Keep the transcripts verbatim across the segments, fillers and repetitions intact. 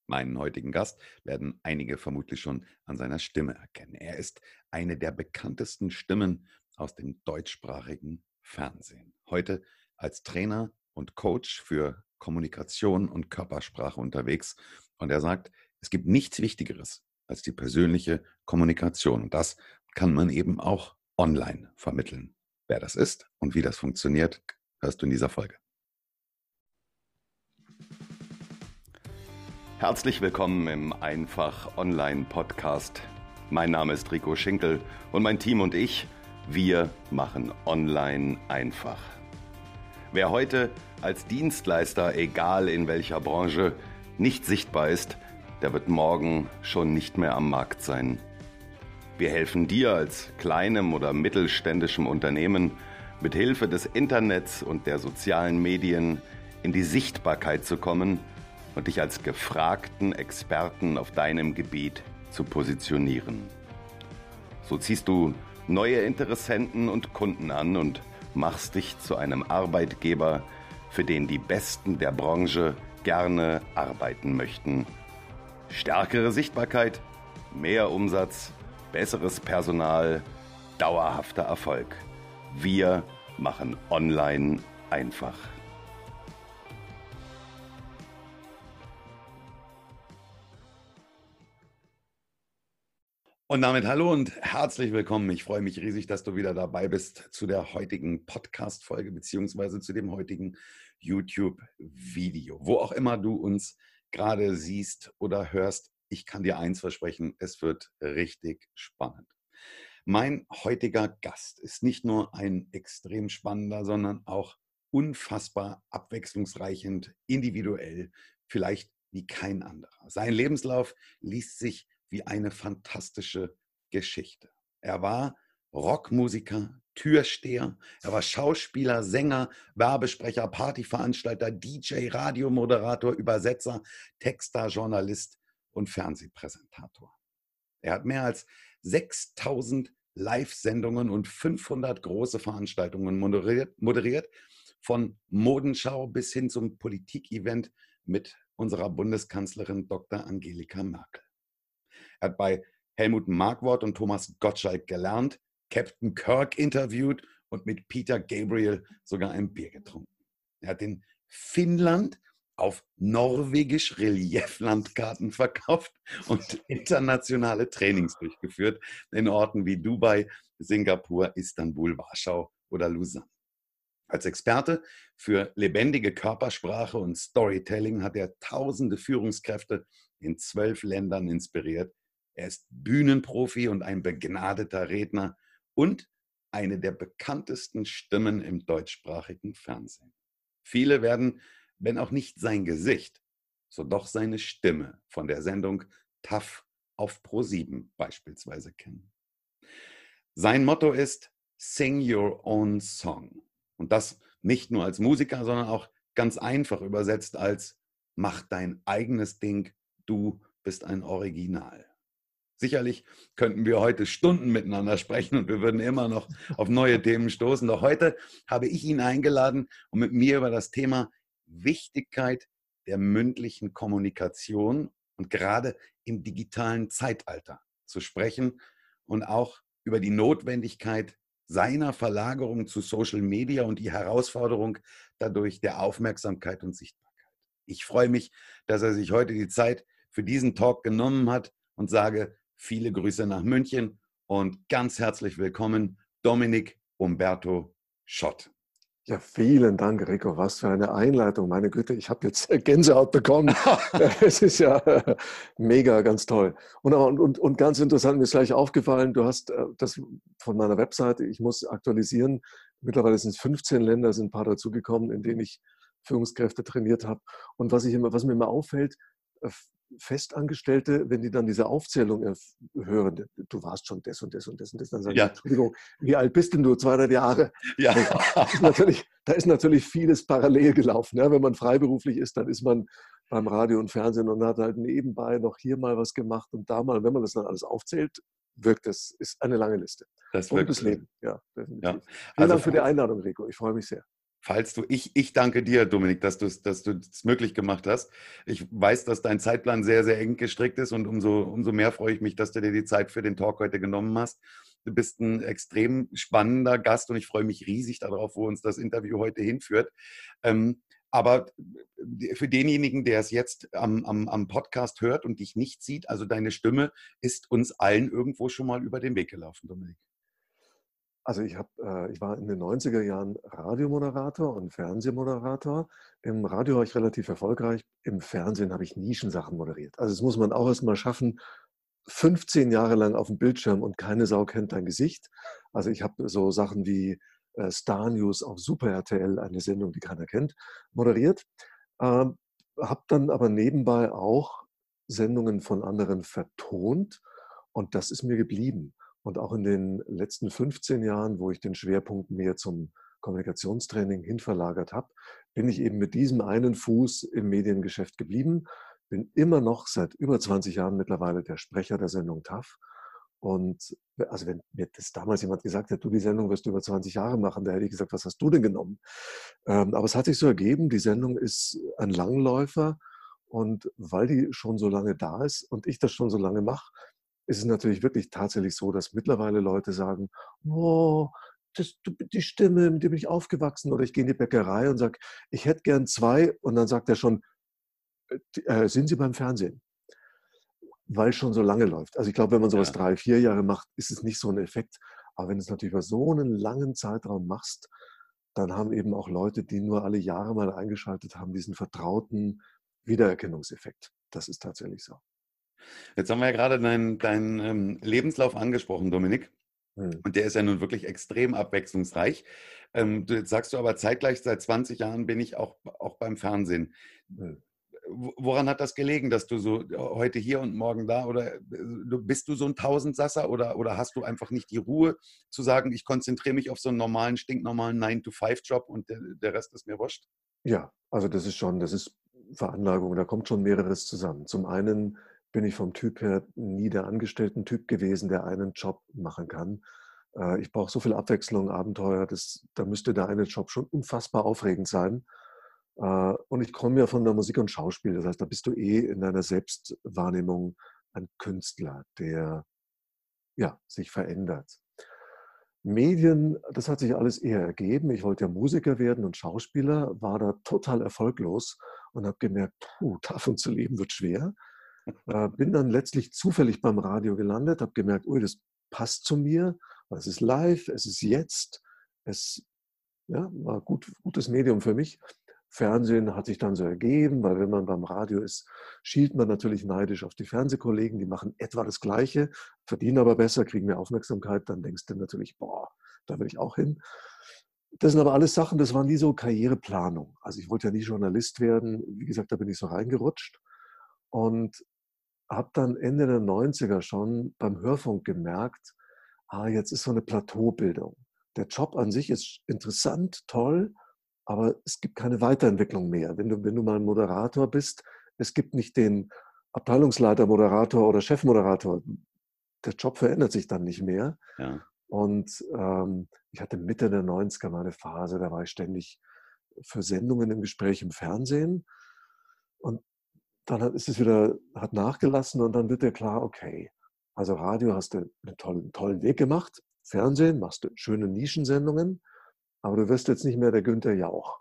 Meinen heutigen Gast werden einige vermutlich schon an seiner Stimme erkennen. Er ist eine der bekanntesten Stimmen aus dem deutschsprachigen Fernsehen. Heute als Trainer und Coach für Kommunikation und Körpersprache unterwegs. Und er sagt, es gibt nichts Wichtigeres als die persönliche Kommunikation. Und das kann man eben auch online vermitteln. Wer das ist und wie das funktioniert, hörst du in dieser Folge. Herzlich willkommen im Einfach Online Podcast. Mein Name ist Rico Schinkel und mein Team und ich, wir machen online einfach. Wer heute als Dienstleister, egal in welcher Branche, nicht sichtbar ist, der wird morgen schon nicht mehr am Markt sein. Wir helfen dir als kleinem oder mittelständischem Unternehmen mit Hilfe des Internets und der sozialen Medien in die Sichtbarkeit zu kommen und dich als gefragten Experten auf deinem Gebiet zu positionieren. So ziehst du neue Interessenten und Kunden an und machst dich zu einem Arbeitgeber, für den die Besten der Branche gerne arbeiten möchten. Stärkere Sichtbarkeit, mehr Umsatz, besseres Personal, dauerhafter Erfolg. Wir machen online einfach. Und damit hallo und herzlich willkommen. Ich freue mich riesig, dass du wieder dabei bist zu der heutigen Podcast-Folge beziehungsweise zu dem heutigen YouTube-Video. Wo auch immer du uns gerade siehst oder hörst, ich kann dir eins versprechen, es wird richtig spannend. Mein heutiger Gast ist nicht nur ein extrem spannender, sondern auch unfassbar abwechslungsreich und individuell, vielleicht wie kein anderer. Sein Lebenslauf liest sich wie eine fantastische Geschichte. Er war Rockmusiker, Türsteher, er war Schauspieler, Sänger, Werbesprecher, Partyveranstalter, D J, Radiomoderator, Übersetzer, Texter, Journalist und Fernsehpräsentator. Er hat mehr als sechstausend Live-Sendungen und fünfhundert große Veranstaltungen moderiert, moderiert, von Modenschau bis hin zum Politik-Event mit unserer Bundeskanzlerin Doktor Angelika Merkel. Er hat bei Helmut Markwort und Thomas Gottschalk gelernt, Captain Kirk interviewt und mit Peter Gabriel sogar ein Bier getrunken. Er hat in Finnland auf Norwegisch Relieflandkarten verkauft und internationale Trainings durchgeführt in Orten wie Dubai, Singapur, Istanbul, Warschau oder Lausanne. Als Experte für lebendige Körpersprache und Storytelling hat er tausende Führungskräfte in zwölf Ländern inspiriert. Er ist Bühnenprofi und ein begnadeter Redner und eine der bekanntesten Stimmen im deutschsprachigen Fernsehen. Viele werden, wenn auch nicht sein Gesicht, so doch seine Stimme von der Sendung TAF auf ProSieben beispielsweise kennen. Sein Motto ist Sing Your Own Song. Und das nicht nur als Musiker, sondern auch ganz einfach übersetzt als Mach dein eigenes Ding, du bist ein Original. Sicherlich könnten wir heute Stunden miteinander sprechen und wir würden immer noch auf neue Themen stoßen. Doch heute habe ich ihn eingeladen, um mit mir über das Thema Wichtigkeit der mündlichen Kommunikation und gerade im digitalen Zeitalter zu sprechen und auch über die Notwendigkeit seiner Verlagerung zu Social Media und die Herausforderung dadurch der Aufmerksamkeit und Sichtbarkeit. Ich freue mich, dass er sich heute die Zeit für diesen Talk genommen hat und sage viele Grüße nach München und ganz herzlich willkommen, Dominik Umberto Schott. Ja, vielen Dank, Rico. Was für eine Einleitung. Meine Güte, ich habe jetzt Gänsehaut bekommen. Es ist ja mega, ganz toll. Und, und, und ganz interessant, mir ist gleich aufgefallen, du hast das von meiner Webseite, ich muss aktualisieren. Mittlerweile sind es fünfzehn Länder, sind ein paar dazugekommen, in denen ich Führungskräfte trainiert habe. Und was, ich immer, was mir immer auffällt, Festangestellte, wenn die dann diese Aufzählung hören, du warst schon das und das und das und das, dann sagen Ja. die, Entschuldigung, wie alt bist denn du? zweihundert Jahre? Ja. Da ist natürlich, da ist natürlich vieles parallel gelaufen. Ja, wenn man freiberuflich ist, dann ist man beim Radio und Fernsehen und hat halt nebenbei noch hier mal was gemacht und da mal. Wenn man das dann alles aufzählt, wirkt das, ist eine lange Liste. Das und wirkt das Leben, ja, definitiv. ja. Vielen Also Dank für die Einladung, Rico. Ich freue mich sehr. falls du, ich, ich danke dir, Dominik, dass du es dass du es möglich gemacht hast. Ich weiß, dass dein Zeitplan sehr, sehr eng gestrickt ist und umso, umso mehr freue ich mich, dass du dir die Zeit für den Talk heute genommen hast. Du bist ein extrem spannender Gast und ich freue mich riesig darauf, wo uns das Interview heute hinführt. Ähm, aber für denjenigen, der es jetzt am, am, am Podcast hört und dich nicht sieht, also deine Stimme ist uns allen irgendwo schon mal über den Weg gelaufen, Dominik. Also ich habe, äh, ich war in den neunziger Jahren Radiomoderator und Fernsehmoderator. Im Radio war ich relativ erfolgreich, im Fernsehen habe ich Nischensachen moderiert. Also das muss man auch erst mal schaffen, fünfzehn Jahre lang auf dem Bildschirm und keine Sau kennt dein Gesicht. Also ich habe so Sachen wie äh, Star News auf Super R T L, eine Sendung, die keiner kennt, moderiert. Ähm, habe dann aber nebenbei auch Sendungen von anderen vertont und das ist mir geblieben. Und auch in den letzten fünfzehn Jahren, wo ich den Schwerpunkt mehr zum Kommunikationstraining hinverlagert habe, bin ich eben mit diesem einen Fuß im Mediengeschäft geblieben. Bin immer noch seit über zwanzig Jahren mittlerweile der Sprecher der Sendung T A F. Und also wenn mir das damals jemand gesagt hätte, du, die Sendung wirst du über zwanzig Jahre machen, da hätte ich gesagt, was hast du denn genommen? Ähm, aber es hat sich so ergeben, die Sendung ist ein Langläufer und weil die schon so lange da ist und ich das schon so lange mache, ist es natürlich wirklich tatsächlich so, dass mittlerweile Leute sagen, oh, das, die Stimme, mit der bin ich aufgewachsen. Oder ich gehe in die Bäckerei und sage, ich hätte gern zwei. Und dann sagt er schon, äh, sind Sie beim Fernsehen? Weil es schon so lange läuft. Also ich glaube, wenn man sowas Ja. drei, vier Jahre macht, ist es nicht so ein Effekt. Aber wenn du es natürlich über so einen langen Zeitraum machst, dann haben eben auch Leute, die nur alle Jahre mal eingeschaltet haben, diesen vertrauten Wiedererkennungseffekt. Das ist tatsächlich so. Jetzt haben wir ja gerade deinen dein, ähm, Lebenslauf angesprochen, Dominik. Hm. Und der ist ja nun wirklich extrem abwechslungsreich. Ähm, du, jetzt sagst du aber zeitgleich, seit zwanzig Jahren bin ich auch, auch beim Fernsehen. Hm. Woran hat das gelegen, dass du so heute hier und morgen da oder bist du so ein Tausendsasser oder, oder hast du einfach nicht die Ruhe zu sagen, ich konzentriere mich auf so einen normalen, stinknormalen nine to five Job und der, der Rest ist mir wurscht? Ja, also das ist schon, das ist Veranlagung, da kommt schon mehreres zusammen. Zum einen bin ich vom Typ her nie der Angestellten-Typ gewesen, der einen Job machen kann. Äh, Ich brauche so viel Abwechslung, Abenteuer, das, da müsste der eine Job schon unfassbar aufregend sein. Äh, Und ich komme ja von der Musik und Schauspiel, das heißt, da bist du eh in deiner Selbstwahrnehmung ein Künstler, der ja, sich verändert. Medien, das hat sich alles eher ergeben. Ich wollte ja Musiker werden und Schauspieler, war da total erfolglos und habe gemerkt, puh, davon zu leben wird schwer. Äh, bin dann letztlich zufällig beim Radio gelandet, habe gemerkt, ui, das passt zu mir, weil es ist live, es ist jetzt, es ja, war gut, gutes Medium für mich. Fernsehen hat sich dann so ergeben, weil wenn man beim Radio ist, schielt man natürlich neidisch auf die Fernsehkollegen, die machen etwa das Gleiche, verdienen aber besser, kriegen mehr Aufmerksamkeit, dann denkst du natürlich, boah, da will ich auch hin. Das sind aber alles Sachen, das war nie so Karriereplanung. Also ich wollte ja nie Journalist werden. Wie gesagt, da bin ich so reingerutscht und habe dann Ende der neunziger schon beim Hörfunk gemerkt, ah, jetzt ist so eine Plateaubildung. Der Job an sich ist interessant, toll, aber es gibt keine Weiterentwicklung mehr. Wenn du, wenn du mal ein Moderator bist, es gibt nicht den Abteilungsleiter, Moderator oder Chefmoderator. Der Job verändert sich dann nicht mehr. Ja. Und ähm, ich hatte Mitte der neunziger mal eine Phase, da war ich ständig für Sendungen im Gespräch im Fernsehen. Und dann hat, ist es wieder, hat nachgelassen und dann wird dir klar, okay, also Radio hast du einen tollen, tollen Weg gemacht, Fernsehen machst du schöne Nischensendungen, aber du wirst jetzt nicht mehr der Günther Jauch.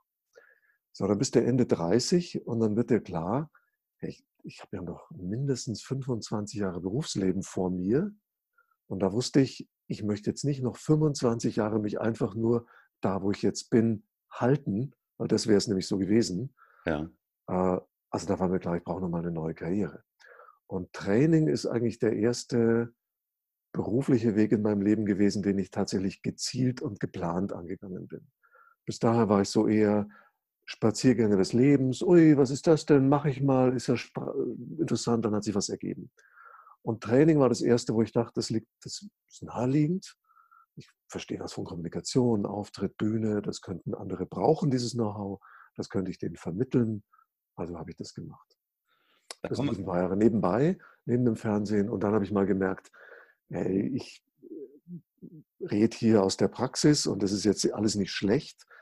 So, dann bist du Ende dreißig und dann wird dir klar, hey, ich, ich habe ja noch mindestens fünfundzwanzig Jahre Berufsleben vor mir und da wusste ich, ich möchte jetzt nicht noch fünfundzwanzig Jahre mich einfach nur da, wo ich jetzt bin, halten, weil das wäre es nämlich so gewesen. Ja. Äh, Also da war mir klar, ich brauche nochmal eine neue Karriere. Und Training ist eigentlich der erste berufliche Weg in meinem Leben gewesen, den ich tatsächlich gezielt und geplant angegangen bin. Bis dahin war ich so eher Spaziergänge des Lebens. Ui, was ist das denn? Mache ich mal, ist ja interessant, dann hat sich was ergeben. Und Training war das erste, wo ich dachte, das, liegt, das ist naheliegend. Ich verstehe was von Kommunikation, Auftritt, Bühne, das könnten andere brauchen, dieses Know-how, das könnte ich denen vermitteln. Also habe ich das gemacht. Da Das lief kommen, ein paar Jahre nebenbei, neben dem Fernsehen. Und dann habe ich mal gemerkt, hey, ich rede hier aus der Praxis und das ist jetzt alles nicht schlecht.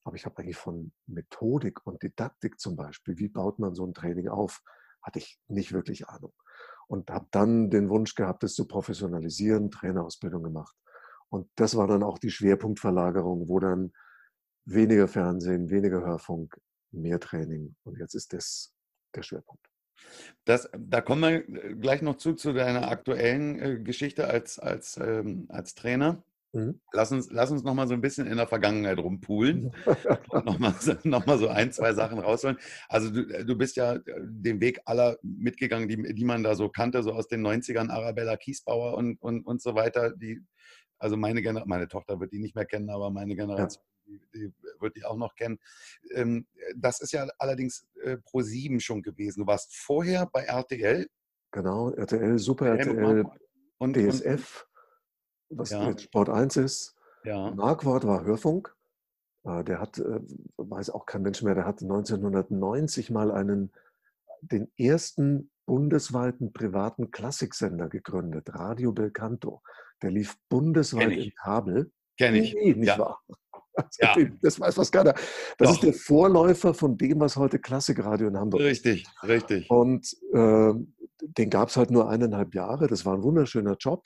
Aber ich habe eigentlich von Methodik und Didaktik zum Beispiel, wie baut man so ein Training auf, hatte ich nicht wirklich Ahnung. Und habe dann den Wunsch gehabt, das zu professionalisieren, Trainerausbildung gemacht. Und das war dann auch die Schwerpunktverlagerung, wo dann weniger Fernsehen, weniger Hörfunk, mehr Training. Und jetzt ist das der Schwerpunkt. Das, da kommen wir gleich noch zu, zu deiner aktuellen äh, Geschichte als, als, ähm, als Trainer. Mhm. Lass uns, lass uns noch mal so ein bisschen in der Vergangenheit rumpulen und noch mal, so- noch mal so ein, zwei Sachen rausholen. Also du, du bist ja den Weg aller mitgegangen, die, die man da so kannte, so aus den neunzigern, Arabella Kiesbauer und, und, und so weiter. Die, also meine Gener meine Tochter wird die nicht mehr kennen, aber meine Ja, Generation, die, die wird die auch noch kennen. Ähm, das ist ja allerdings äh, pro sieben schon gewesen. Du warst vorher bei R T L, genau. R T L, Super Helmut R T L, Marko und, und, und D S F, was ja, jetzt Sport eins ist. ja, Marquardt war Hörfunk. Äh, Der hat, äh, weiß auch kein Mensch mehr, der hat neunzehnhundertneunzig mal einen, den ersten bundesweiten privaten Klassiksender gegründet, Radio Belcanto. Der lief kenne bundesweit im ich, Kabel. kenne ich. Nee, nicht Ja, wahr? Also, ja, das weiß fast keiner. Das ist doch, der Vorläufer von dem, was heute Klassikradio in Hamburg ist. richtig, richtig. Und äh, den gab es halt nur eineinhalb Jahre. Das war ein wunderschöner Job.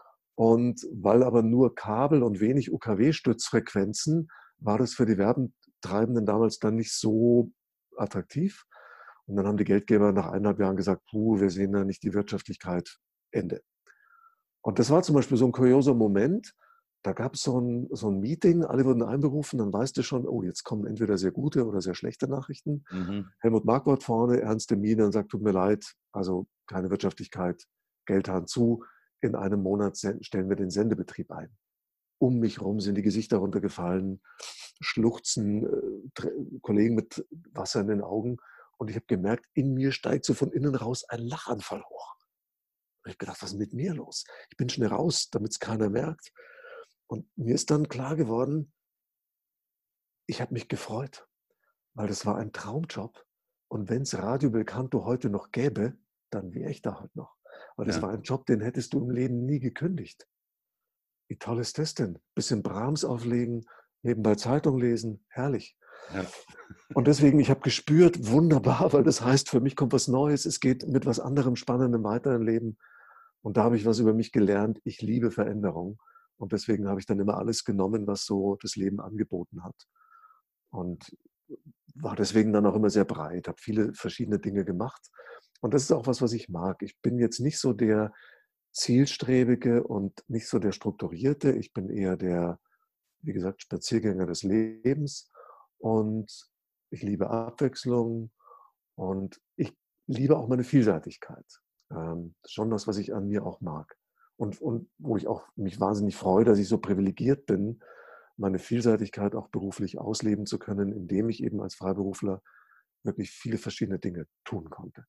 Und weil aber nur Kabel und wenig U K W-Stützfrequenzen, war das für die Werbetreibenden damals dann nicht so attraktiv. Und dann haben die Geldgeber nach eineinhalb Jahren gesagt, puh, wir sehen da nicht die Wirtschaftlichkeit, Ende. Und das war zum Beispiel so ein kurioser Moment. Da gab es so ein, so ein Meeting, alle wurden einberufen, dann weißt du schon, oh, jetzt kommen entweder sehr gute oder sehr schlechte Nachrichten. Mhm. Helmut Marquardt vorne, ernste Miene und sagt, tut mir leid, also keine Wirtschaftlichkeit, Geldhahn zu, in einem Monat stellen wir den Sendebetrieb ein. Um mich rum sind die Gesichter runtergefallen, schluchzen, äh, Kollegen mit Wasser in den Augen. Und ich habe gemerkt, in mir steigt so von innen raus ein Lachanfall hoch. Und ich habe gedacht, was ist mit mir los? Ich bin schnell raus, damit es keiner merkt. Und mir ist dann klar geworden, ich habe mich gefreut, weil das war ein Traumjob. Und wenn es Radio Belcanto heute noch gäbe, dann wäre ich da heute noch. Weil das Ja, war ein Job, den hättest du im Leben nie gekündigt. Wie toll ist das denn? Bisschen Brahms auflegen, nebenbei Zeitung lesen, herrlich. ja. Und deswegen, ich habe gespürt, wunderbar, weil das heißt, für mich kommt was Neues, es geht mit was anderem Spannendem weiter im Leben. Und da habe ich was über mich gelernt. Ich liebe Veränderung. Und deswegen habe ich dann immer alles genommen, was so das Leben angeboten hat. Und war deswegen dann auch immer sehr breit, habe viele verschiedene Dinge gemacht. Und das ist auch was, was ich mag. Ich bin jetzt nicht so der Zielstrebige und nicht so der Strukturierte. Ich bin eher der, wie gesagt, Spaziergänger des Lebens. Und ich liebe Abwechslung und ich liebe auch meine Vielseitigkeit. Ähm, das ist schon das, was ich an mir auch mag. Und, und wo ich auch mich wahnsinnig freue, dass ich so privilegiert bin, meine Vielseitigkeit auch beruflich ausleben zu können, indem ich eben als Freiberufler wirklich viele verschiedene Dinge tun konnte.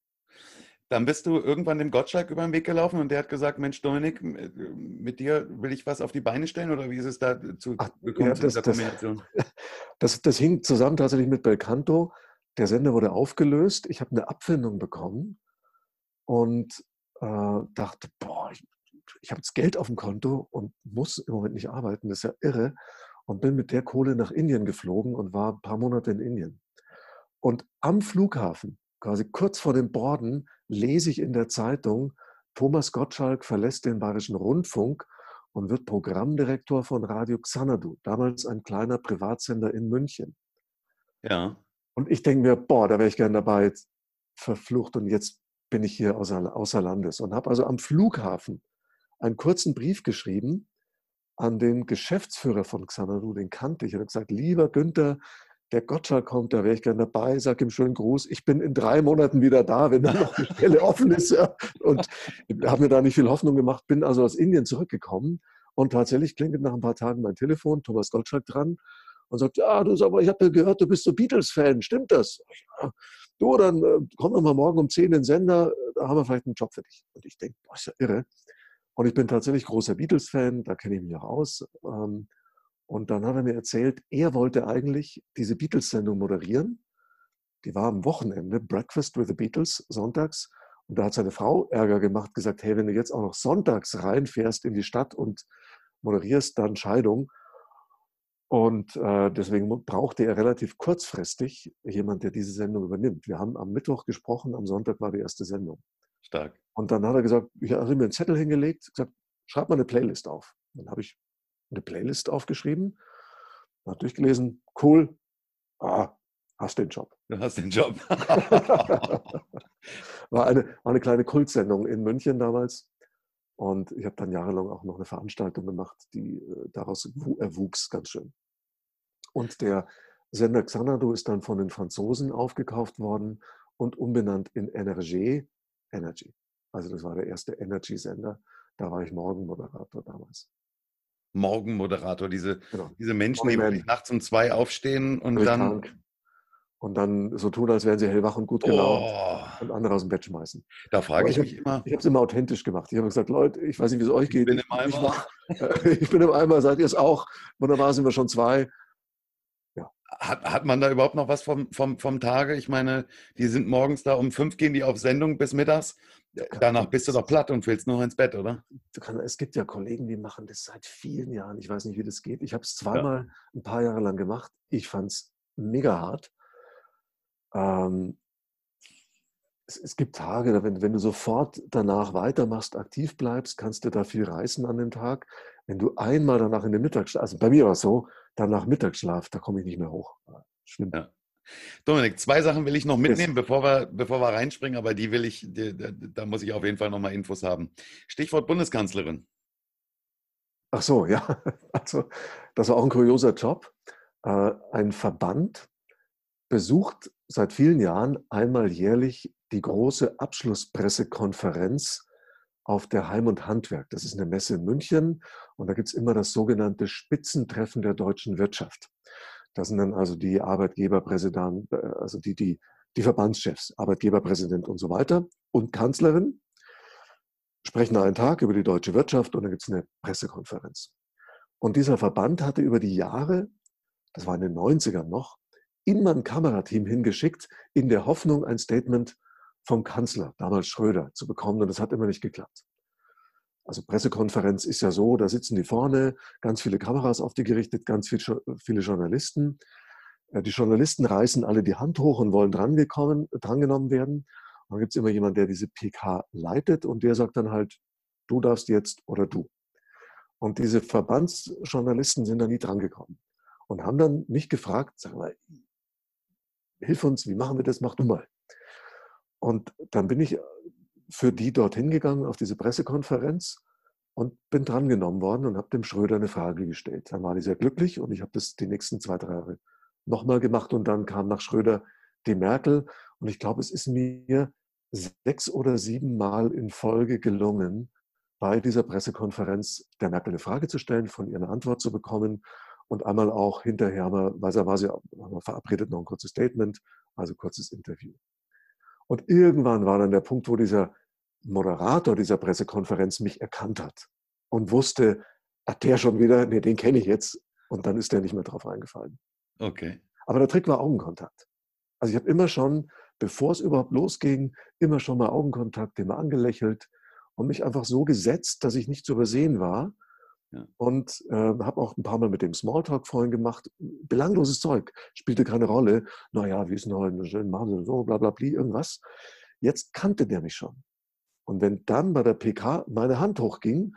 Dann bist du irgendwann dem Gottschalk über den Weg gelaufen und der hat gesagt, Mensch, Dominik, mit dir will ich was auf die Beine stellen oder wie ist es dazu Ach, gekommen ja, zu das, dieser das, Kombination? das, das hing zusammen tatsächlich mit Belcanto. Der Sender wurde aufgelöst. Ich habe eine Abfindung bekommen und äh, dachte, boah, ich, ich habe jetzt Geld auf dem Konto und muss im Moment nicht arbeiten. Das ist ja irre. Und bin mit der Kohle nach Indien geflogen und war ein paar Monate in Indien. Und am Flughafen, quasi kurz vor dem Borden, lese ich in der Zeitung, Thomas Gottschalk verlässt den Bayerischen Rundfunk und wird Programmdirektor von Radio Xanadu, damals ein kleiner Privatsender in München. Ja, Und ich denke mir, boah, da wäre ich gern dabei, jetzt verflucht und jetzt bin ich hier außer, außer Landes. Und habe also am Flughafen einen kurzen Brief geschrieben an den Geschäftsführer von Xanadu, den kannte ich. Und habe gesagt, lieber Günther, der Gottschalk kommt, da wäre ich gern dabei, sag ihm schönen Gruß. Ich bin in drei Monaten wieder da, wenn dann noch eine Stelle offen ist. Ja. Und habe mir da nicht viel Hoffnung gemacht, bin also aus Indien zurückgekommen und tatsächlich klingelt nach ein paar Tagen mein Telefon, Thomas Gottschalk dran und sagt, ja, du, aber ich habe gehört, du bist so Beatles-Fan, stimmt das? Ja. Du, dann äh, komm doch mal morgen um zehn in den Sender, da haben wir vielleicht einen Job für dich. Und ich denke, boah, ist ja irre. Und ich bin tatsächlich großer Beatles-Fan, da kenne ich mich auch aus. Ähm, Und dann hat er mir erzählt, er wollte eigentlich diese Beatles-Sendung moderieren. Die war am Wochenende, Breakfast with the Beatles, sonntags. Und da hat seine Frau Ärger gemacht, gesagt, hey, wenn du jetzt auch noch sonntags reinfährst in die Stadt und moderierst, dann Scheidung. Und äh, deswegen brauchte er relativ kurzfristig jemand, der diese Sendung übernimmt. Wir haben am Mittwoch gesprochen, am Sonntag war die erste Sendung. Stark. Und dann hat er gesagt, ich habe mir einen Zettel hingelegt, gesagt, schreib mal eine Playlist auf. Dann habe ich eine Playlist aufgeschrieben, habe durchgelesen, cool, ah, hast den Job. Du hast den Job. War eine, war eine kleine Kultsendung in München damals. Und ich habe dann jahrelang auch noch eine Veranstaltung gemacht, die äh, daraus erwuchs ganz schön. Und der Sender Xanadu ist dann von den Franzosen aufgekauft worden und umbenannt in Energy. Energy. Also das war der erste Energy-Sender. Da war ich Morgenmoderator damals. Morgenmoderator, diese, Genau. diese Menschen, die wirklich nachts um zwei aufstehen und dann... Krank. Und dann so tun, als wären sie hellwach und gut gelaunt Oh, und andere aus dem Bett schmeißen. da frage Aber ich ich mich immer, habe es immer authentisch gemacht. Ich habe gesagt, Leute, ich weiß nicht, wie es euch ich geht. bin Ich im bin nicht Eimer. wach. Ich bin im Eimer, seid ihr es auch? Wunderbar, sind wir schon zwei. Ja. Hat, hat man da überhaupt noch was vom, vom, vom Tage? Ich meine, die sind morgens da um fünf, gehen die auf Sendung bis mittags. Danach bist du doch platt und willst nur ins Bett, oder? Kann, es gibt ja Kollegen, die machen das seit vielen Jahren. Ich weiß nicht, wie das geht. Ich habe es Ja. zweimal ein paar Jahre lang gemacht. Ich fand es mega hart. Ähm, es, es gibt Tage, da wenn, wenn du sofort danach weitermachst, aktiv bleibst, kannst du da viel reißen an dem Tag. Wenn du einmal danach in den Mittagsschlaf, also bei mir war es so, danach Mittagsschlaf, da komme ich nicht mehr hoch. Schlimm. Ja. Dominik, zwei Sachen will ich noch mitnehmen, Yes. bevor wir, bevor wir reinspringen, aber die will ich, die, da, da muss ich auf jeden Fall nochmal Infos haben. Stichwort Bundeskanzlerin. Ach so, ja. Also, das war auch ein kurioser Job. Äh, ein Verband besucht seit vielen Jahren einmal jährlich die große Abschlusspressekonferenz auf der Heim und Handwerk. Das ist eine Messe in München und da gibt es immer das sogenannte Spitzentreffen der deutschen Wirtschaft. Das sind dann also die Arbeitgeberpräsidenten, also die, die, die Verbandschefs, Arbeitgeberpräsident und so weiter und Kanzlerin sprechen einen Tag über die deutsche Wirtschaft und dann gibt es eine Pressekonferenz. Und dieser Verband hatte über die Jahre, das war in den neunzigern noch, immer ein Kamerateam hingeschickt, in der Hoffnung, ein Statement vom Kanzler, damals Schröder, zu bekommen. Und das hat immer nicht geklappt. Also Pressekonferenz ist ja so, da sitzen die vorne, ganz viele Kameras auf die gerichtet, ganz viel, viele Journalisten. Die Journalisten reißen alle die Hand hoch und wollen drangenommen werden. Und dann gibt es immer jemanden, der diese P K leitet und der sagt dann halt, du darfst jetzt oder du. Und diese Verbandsjournalisten sind da nie drangekommen und haben dann mich gefragt, sag mal, hilf uns, wie machen wir das, mach du mal. Und dann bin ich für die dorthin gegangen auf diese Pressekonferenz und bin drangenommen worden und habe dem Schröder eine Frage gestellt. Dann war ich sehr glücklich und ich habe das die nächsten zwei, drei Jahre nochmal gemacht und dann kam nach Schröder die Merkel und ich glaube, es ist mir sechs oder sieben Mal in Folge gelungen, bei dieser Pressekonferenz der Merkel eine Frage zu stellen, von ihr eine Antwort zu bekommen und einmal auch hinterher, weil er war sie verabredet, noch ein kurzes Statement, also kurzes Interview. Und irgendwann war dann der Punkt, wo dieser Moderator dieser Pressekonferenz mich erkannt hat und wusste, hat der schon wieder, nee, den kenne ich jetzt. Und dann ist der nicht mehr drauf eingefallen. Okay. Aber der Trick war Augenkontakt. Also ich habe immer schon, bevor es überhaupt losging, immer schon mal Augenkontakt, immer angelächelt und mich einfach so gesetzt, dass ich nicht zu übersehen war. Ja. Und äh, habe auch ein paar Mal mit dem Smalltalk vorhin gemacht. Belangloses Zeug, spielte keine Rolle. Naja, wie ist denn heute schön, machen Sie so, bla bla bla, irgendwas. Jetzt kannte der mich schon. Und wenn dann bei der P K meine Hand hochging,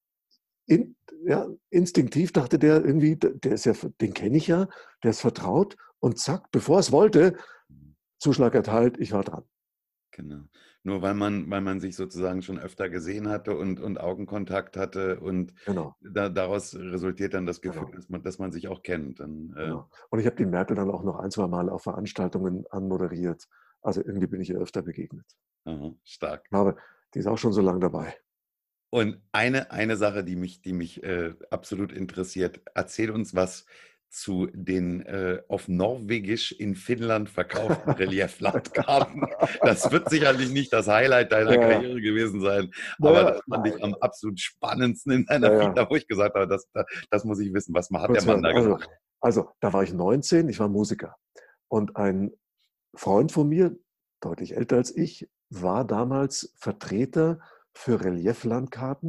in, ja, instinktiv dachte der irgendwie, der ist ja, den kenne ich ja, der ist vertraut. Und zack, bevor es wollte, Zuschlag erteilt, ich war dran. Genau. Nur weil man, weil man sich sozusagen schon öfter gesehen hatte und, und Augenkontakt hatte und genau. da, daraus resultiert dann das Gefühl, genau. dass, man, dass man sich auch kennt. Dann, äh genau. Und ich habe die Merkel dann auch noch ein, zwei Mal auf Veranstaltungen anmoderiert. Also irgendwie bin ich ihr öfter begegnet. Aha, stark. Aber die ist auch schon so lange dabei. Und eine, eine Sache, die mich, die mich äh, absolut interessiert, erzähl uns was zu den äh, auf Norwegisch in Finnland verkauften Relieflandkarten. Das wird sicherlich nicht das Highlight deiner ja, Karriere gewesen sein, aber naja, das fand ich am absolut spannendsten in deiner naja. Vita, wo ich gesagt habe, das, das, das muss ich wissen. Was hat Kurz der Mann da also, gemacht? Also, da war ich neunzehn, ich war Musiker. Und ein Freund von mir, deutlich älter als ich, war damals Vertreter für Relieflandkarten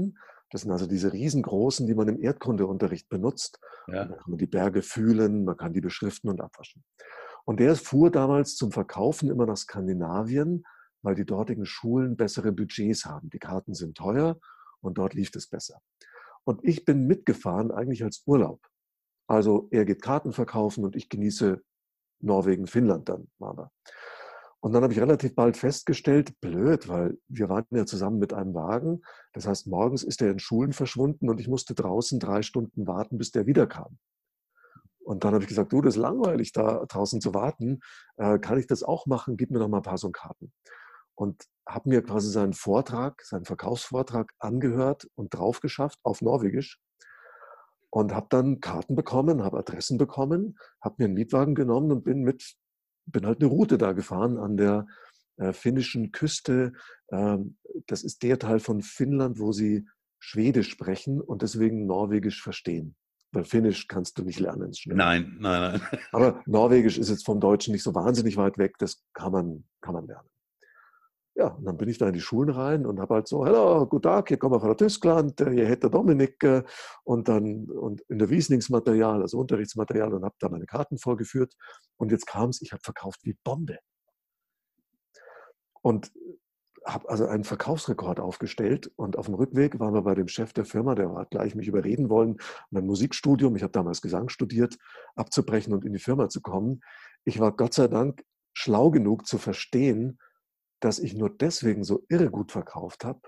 Das sind also diese riesengroßen, die man im Erdkundeunterricht benutzt. Und Ja. da kann man die Berge fühlen, man kann die beschriften und abwaschen. Und der fuhr damals zum Verkaufen immer nach Skandinavien, weil die dortigen Schulen bessere Budgets haben. Die Karten sind teuer und dort lief es besser. Und ich bin mitgefahren eigentlich als Urlaub. Also er geht Karten verkaufen und ich genieße Norwegen, Finnland dann waren wir. Und dann habe ich relativ bald festgestellt, blöd, weil wir waren ja zusammen mit einem Wagen. Das heißt, morgens ist er in Schulen verschwunden und ich musste draußen drei Stunden warten, bis der wiederkam. Und dann habe ich gesagt, du, das ist langweilig, da draußen zu warten. Äh, kann ich das auch machen? Gib mir doch mal ein paar so Karten. Und habe mir quasi seinen Vortrag, seinen Verkaufsvortrag angehört und drauf geschafft auf Norwegisch. Und habe dann Karten bekommen, habe Adressen bekommen, habe mir einen Mietwagen genommen und bin mit, bin halt eine Route da gefahren an der äh, finnischen Küste. Ähm, das ist der Teil von Finnland, wo sie Schwedisch sprechen und deswegen Norwegisch verstehen. Weil Finnisch kannst du nicht lernen, ist schnell. Nein, nein, nein. Aber Norwegisch ist jetzt vom Deutschen nicht so wahnsinnig weit weg, das kann man, kann man lernen. Ja, und dann bin ich da in die Schulen rein und habe halt so, hallo, guten Tag, hier kommen wir von Tyskland, hier hätte Dominik und dann und Unterwiesningsmaterial, also Unterrichtsmaterial und habe da meine Karten vorgeführt. Und jetzt kam es, ich habe verkauft wie Bombe. Und habe also einen Verkaufsrekord aufgestellt und auf dem Rückweg waren wir bei dem Chef der Firma, der hat gleich mich überreden wollen, mein Musikstudium, ich habe damals Gesang studiert, abzubrechen und in die Firma zu kommen. Ich war Gott sei Dank schlau genug zu verstehen, dass ich nur deswegen so irre gut verkauft habe,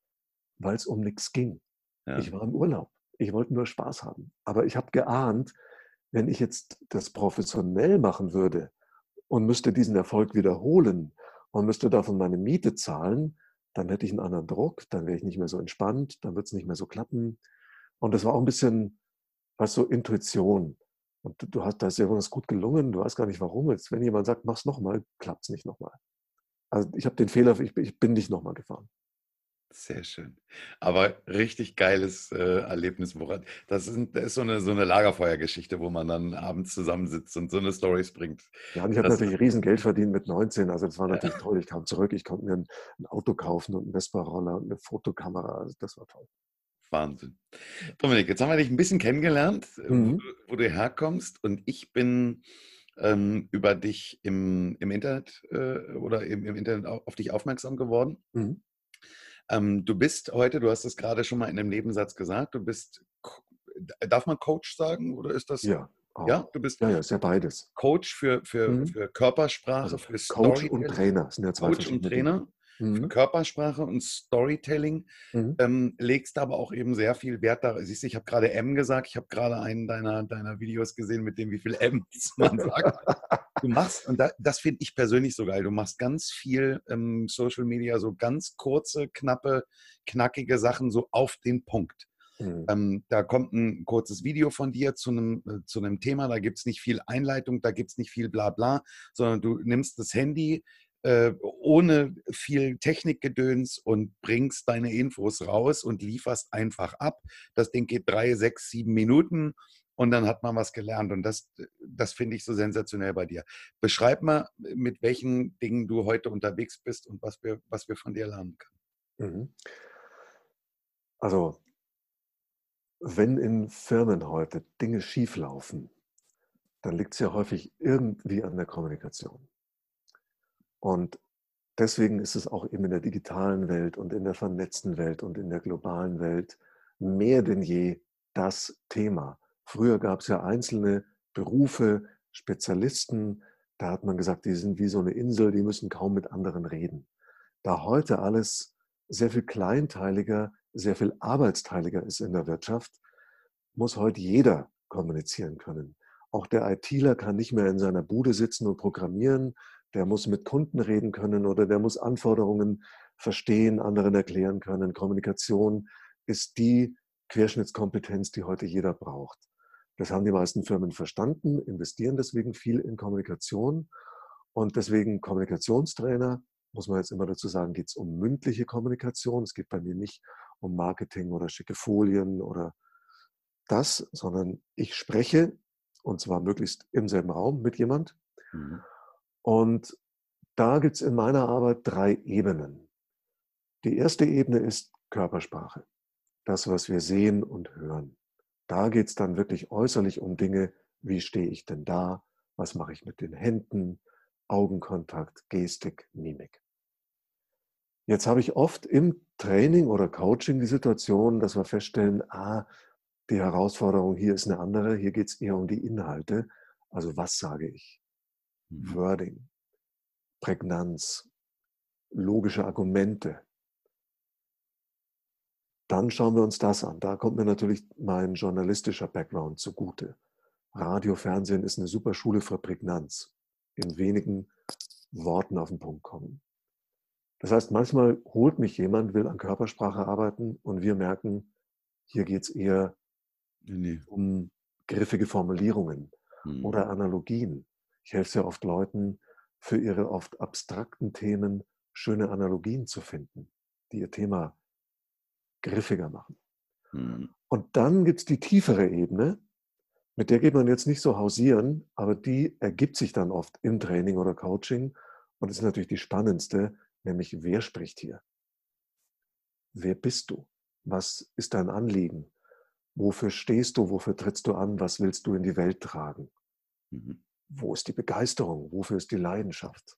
weil es um nichts ging. Ja. Ich war im Urlaub. Ich wollte nur Spaß haben. Aber ich habe geahnt, wenn ich jetzt das professionell machen würde und müsste diesen Erfolg wiederholen und müsste davon meine Miete zahlen, dann hätte ich einen anderen Druck, dann wäre ich nicht mehr so entspannt, dann wird es nicht mehr so klappen. Und das war auch ein bisschen, was so Intuition. Und du, du hast, da ist ja irgendwas gut gelungen, du weißt gar nicht warum. Jetzt, wenn jemand sagt, mach's nochmal, klappt es nicht nochmal. Also ich habe den Fehler, ich, ich bin nicht nochmal gefahren. Sehr schön. Aber richtig geiles äh, Erlebnis, woran. Das ist, das ist so eine, so eine Lagerfeuergeschichte, wo man dann abends zusammensitzt und so eine Stories bringt. Ja, und ich habe Das, natürlich riesen Geld verdient mit neunzehn. Also das war natürlich ja, toll. Ich kam zurück, ich konnte mir ein, ein Auto kaufen und einen Vespa-Roller und eine Fotokamera. Also das war toll. Wahnsinn. Dominik, jetzt haben wir dich ein bisschen kennengelernt, wo du, Mhm. wo du herkommst. Und ich bin ähm, über dich im, im Internet äh, oder im, im Internet auf, auf dich aufmerksam geworden. Mhm. Ähm, du bist heute, du hast es gerade schon mal in einem Nebensatz gesagt, du bist, Co- darf man Coach sagen oder ist das, Ja, ja, auch. du bist Ja, ja, ist ja beides. Coach für, für, Mhm. für Körpersprache, Also für Coach und Storytelling, Trainer sind ja zwei Coach und verschiedene Dinge. Trainer für Mhm. Körpersprache und Storytelling, Mhm. ähm, legst aber auch eben sehr viel Wert da. Siehst du, ich habe gerade M gesagt, ich habe gerade einen deiner, deiner Videos gesehen, mit dem, wie viel M's man sagt. Du machst, und da, das finde ich persönlich so geil, du machst ganz viel ähm, Social Media, so ganz kurze, knappe, knackige Sachen, so auf den Punkt. Mhm. Ähm, da kommt ein kurzes Video von dir zu einem, äh, zu einem Thema, da gibt es nicht viel Einleitung, da gibt es nicht viel Blabla, sondern du nimmst das Handy äh, ohne viel Technikgedöns und bringst deine Infos raus und lieferst einfach ab. Das Ding geht drei, sechs, sieben Minuten und dann hat man was gelernt. Und das, das finde ich so sensationell bei dir. Beschreib mal, mit welchen Dingen du heute unterwegs bist und was wir, was wir von dir lernen können. Mhm. Also, wenn in Firmen heute Dinge schieflaufen, dann liegt es ja häufig irgendwie an der Kommunikation. Und deswegen ist es auch eben in der digitalen Welt und in der vernetzten Welt und in der globalen Welt mehr denn je das Thema. Früher gab es ja einzelne Berufe, Spezialisten, da hat man gesagt, die sind wie so eine Insel, die müssen kaum mit anderen reden. Da heute alles sehr viel kleinteiliger, sehr viel arbeitsteiliger ist in der Wirtschaft, muss heute jeder kommunizieren können. Auch der ITler kann nicht mehr in seiner Bude sitzen und programmieren, der muss mit Kunden reden können oder der muss Anforderungen verstehen, anderen erklären können. Kommunikation ist die Querschnittskompetenz, die heute jeder braucht. Das haben die meisten Firmen verstanden, investieren deswegen viel in Kommunikation und deswegen Kommunikationstrainer, muss man jetzt immer dazu sagen, geht es um mündliche Kommunikation. Es geht bei mir nicht um Marketing oder schicke Folien oder das, sondern ich spreche und zwar möglichst im selben Raum mit jemand. Mhm. Und da gibt es in meiner Arbeit drei Ebenen. Die erste Ebene ist Körpersprache. das, was wir sehen und hören. Da geht es dann wirklich äußerlich um Dinge, wie stehe ich denn da, was mache ich mit den Händen, Augenkontakt, Gestik, Mimik. Jetzt habe ich oft im Training oder Coaching die Situation, dass wir feststellen, ah, die Herausforderung hier ist eine andere, hier geht es eher um die Inhalte. Also was sage ich? Mhm. Wording, Prägnanz, logische Argumente. Dann schauen wir uns das an. Da kommt mir natürlich mein journalistischer Background zugute. Radio, Fernsehen ist eine super Schule für Prägnanz. In wenigen Worten auf den Punkt kommen. Das heißt, manchmal holt mich jemand, will an Körpersprache arbeiten und wir merken, hier geht es eher Nee. um griffige Formulierungen Mhm. oder Analogien. Ich helfe sehr oft Leuten, für ihre oft abstrakten Themen schöne Analogien zu finden, die ihr Thema griffiger machen. Mhm. Und dann gibt es die tiefere Ebene, mit der geht man jetzt nicht so hausieren, aber die ergibt sich dann oft im Training oder Coaching und ist natürlich die spannendste, nämlich wer spricht hier? Wer bist du? Was ist dein Anliegen? Wofür stehst du? Wofür trittst du an? Was willst du in die Welt tragen? Mhm. Wo ist die Begeisterung? Wofür ist die Leidenschaft?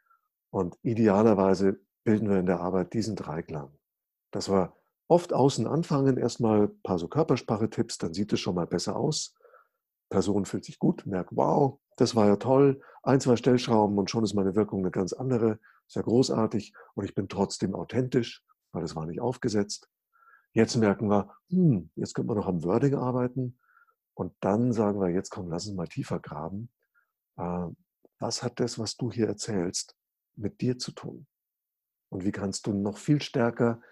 Und idealerweise bilden wir in der Arbeit diesen Dreiklang. Dass wir oft außen anfangen, erstmal ein paar so Körpersprache-Tipps, dann sieht es schon mal besser aus. Person fühlt sich gut, merkt, wow, das war ja toll. Ein, zwei Stellschrauben und schon ist meine Wirkung eine ganz andere. Ist ja großartig und ich bin trotzdem authentisch, weil das war nicht aufgesetzt. Jetzt merken wir, hm, jetzt könnte man noch am Wording arbeiten. Und dann sagen wir, jetzt komm, lass uns mal tiefer graben. Äh, was hat das, was du hier erzählst, mit dir zu tun? Und wie kannst du noch viel stärker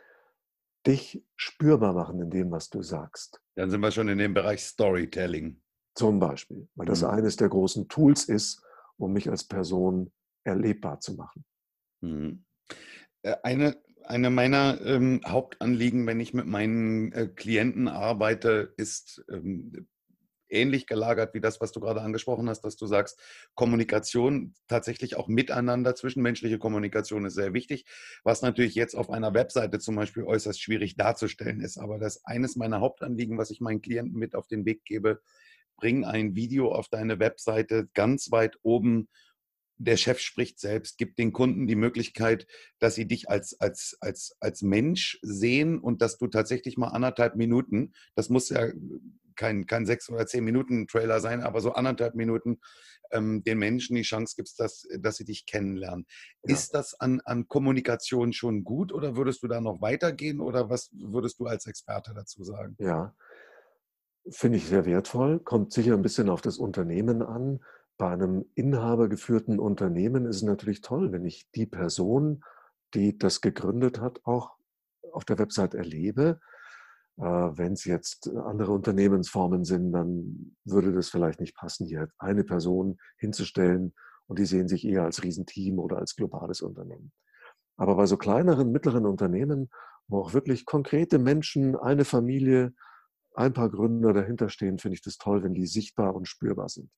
dich spürbar machen in dem, was du sagst? Dann sind wir schon in dem Bereich Storytelling. Zum Beispiel, weil das Mhm. eines der großen Tools ist, um mich als Person erlebbar zu machen. Mhm. Äh, Eine, eine meiner ähm, Hauptanliegen, wenn ich mit meinen äh, Klienten arbeite, ist ähm, ähnlich gelagert wie das, was du gerade angesprochen hast, dass du sagst, Kommunikation, tatsächlich auch miteinander, zwischenmenschliche Kommunikation ist sehr wichtig, was natürlich jetzt auf einer Webseite zum Beispiel äußerst schwierig darzustellen ist. Aber das ist eines meiner Hauptanliegen, was ich meinen Klienten mit auf den Weg gebe: Bring ein Video auf deine Webseite ganz weit oben. Der Chef spricht selbst, gibt den Kunden die Möglichkeit, dass sie dich als, als, als, als Mensch sehen und dass du tatsächlich mal anderthalb Minuten, das muss ja kein, kein sechs oder zehn Minuten Trailer sein, aber so anderthalb Minuten ähm, den Menschen die Chance gibst, dass, dass sie dich kennenlernen. Ja, Ist das an, an Kommunikation schon gut oder würdest du da noch weitergehen oder was würdest du als Experte dazu sagen? ja, finde ich sehr wertvoll. Kommt sicher ein bisschen auf das Unternehmen an. Bei einem inhabergeführten Unternehmen ist es natürlich toll, wenn ich die Person, die das gegründet hat, auch auf der Website erlebe. Äh, wenn es jetzt andere Unternehmensformen sind, dann würde das vielleicht nicht passen, hier eine Person hinzustellen und die sehen sich eher als Riesenteam oder als globales Unternehmen. Aber bei so kleineren, mittleren Unternehmen, wo auch wirklich konkrete Menschen, eine Familie, ein paar Gründer dahinter stehen, finde ich das toll, wenn die sichtbar und spürbar sind.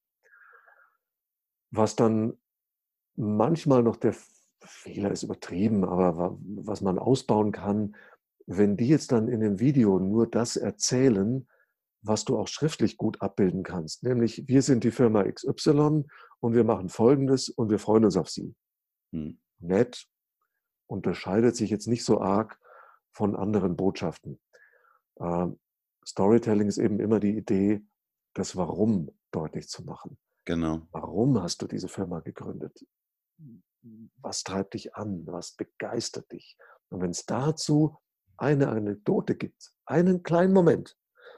Was dann manchmal noch der Fehler ist übertrieben, aber was man ausbauen kann, wenn die jetzt dann in dem Video nur das erzählen, was du auch schriftlich gut abbilden kannst, nämlich wir sind die Firma X Y und wir machen Folgendes und wir freuen uns auf Sie. Hm. Nett, unterscheidet sich jetzt nicht so arg von anderen Botschaften. Ähm, Storytelling ist eben immer die Idee, das Warum deutlich zu machen. Genau. Warum hast du diese Firma gegründet? Was treibt dich an? Was begeistert dich? Und wenn es dazu eine Anekdote gibt, einen kleinen Moment,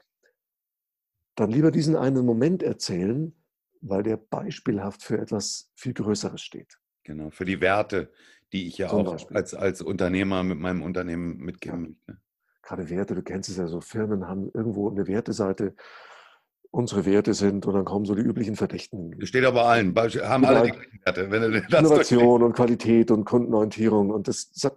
dann lieber diesen einen Moment erzählen, weil der beispielhaft für etwas viel Größeres steht. Genau, für die Werte, die ich ja Zum auch Beispiel. als, als Unternehmer mit meinem Unternehmen mitgeben Ja. möchte. Gerade Werte, du kennst es ja so, Firmen haben irgendwo eine Werteseite, unsere Werte sind und dann kommen so die üblichen Verdächtigen. Steht aber allen, haben alle die Innovation gleichen Werte, wenn du das durchliest. und Qualität und Kundenorientierung und das sagt,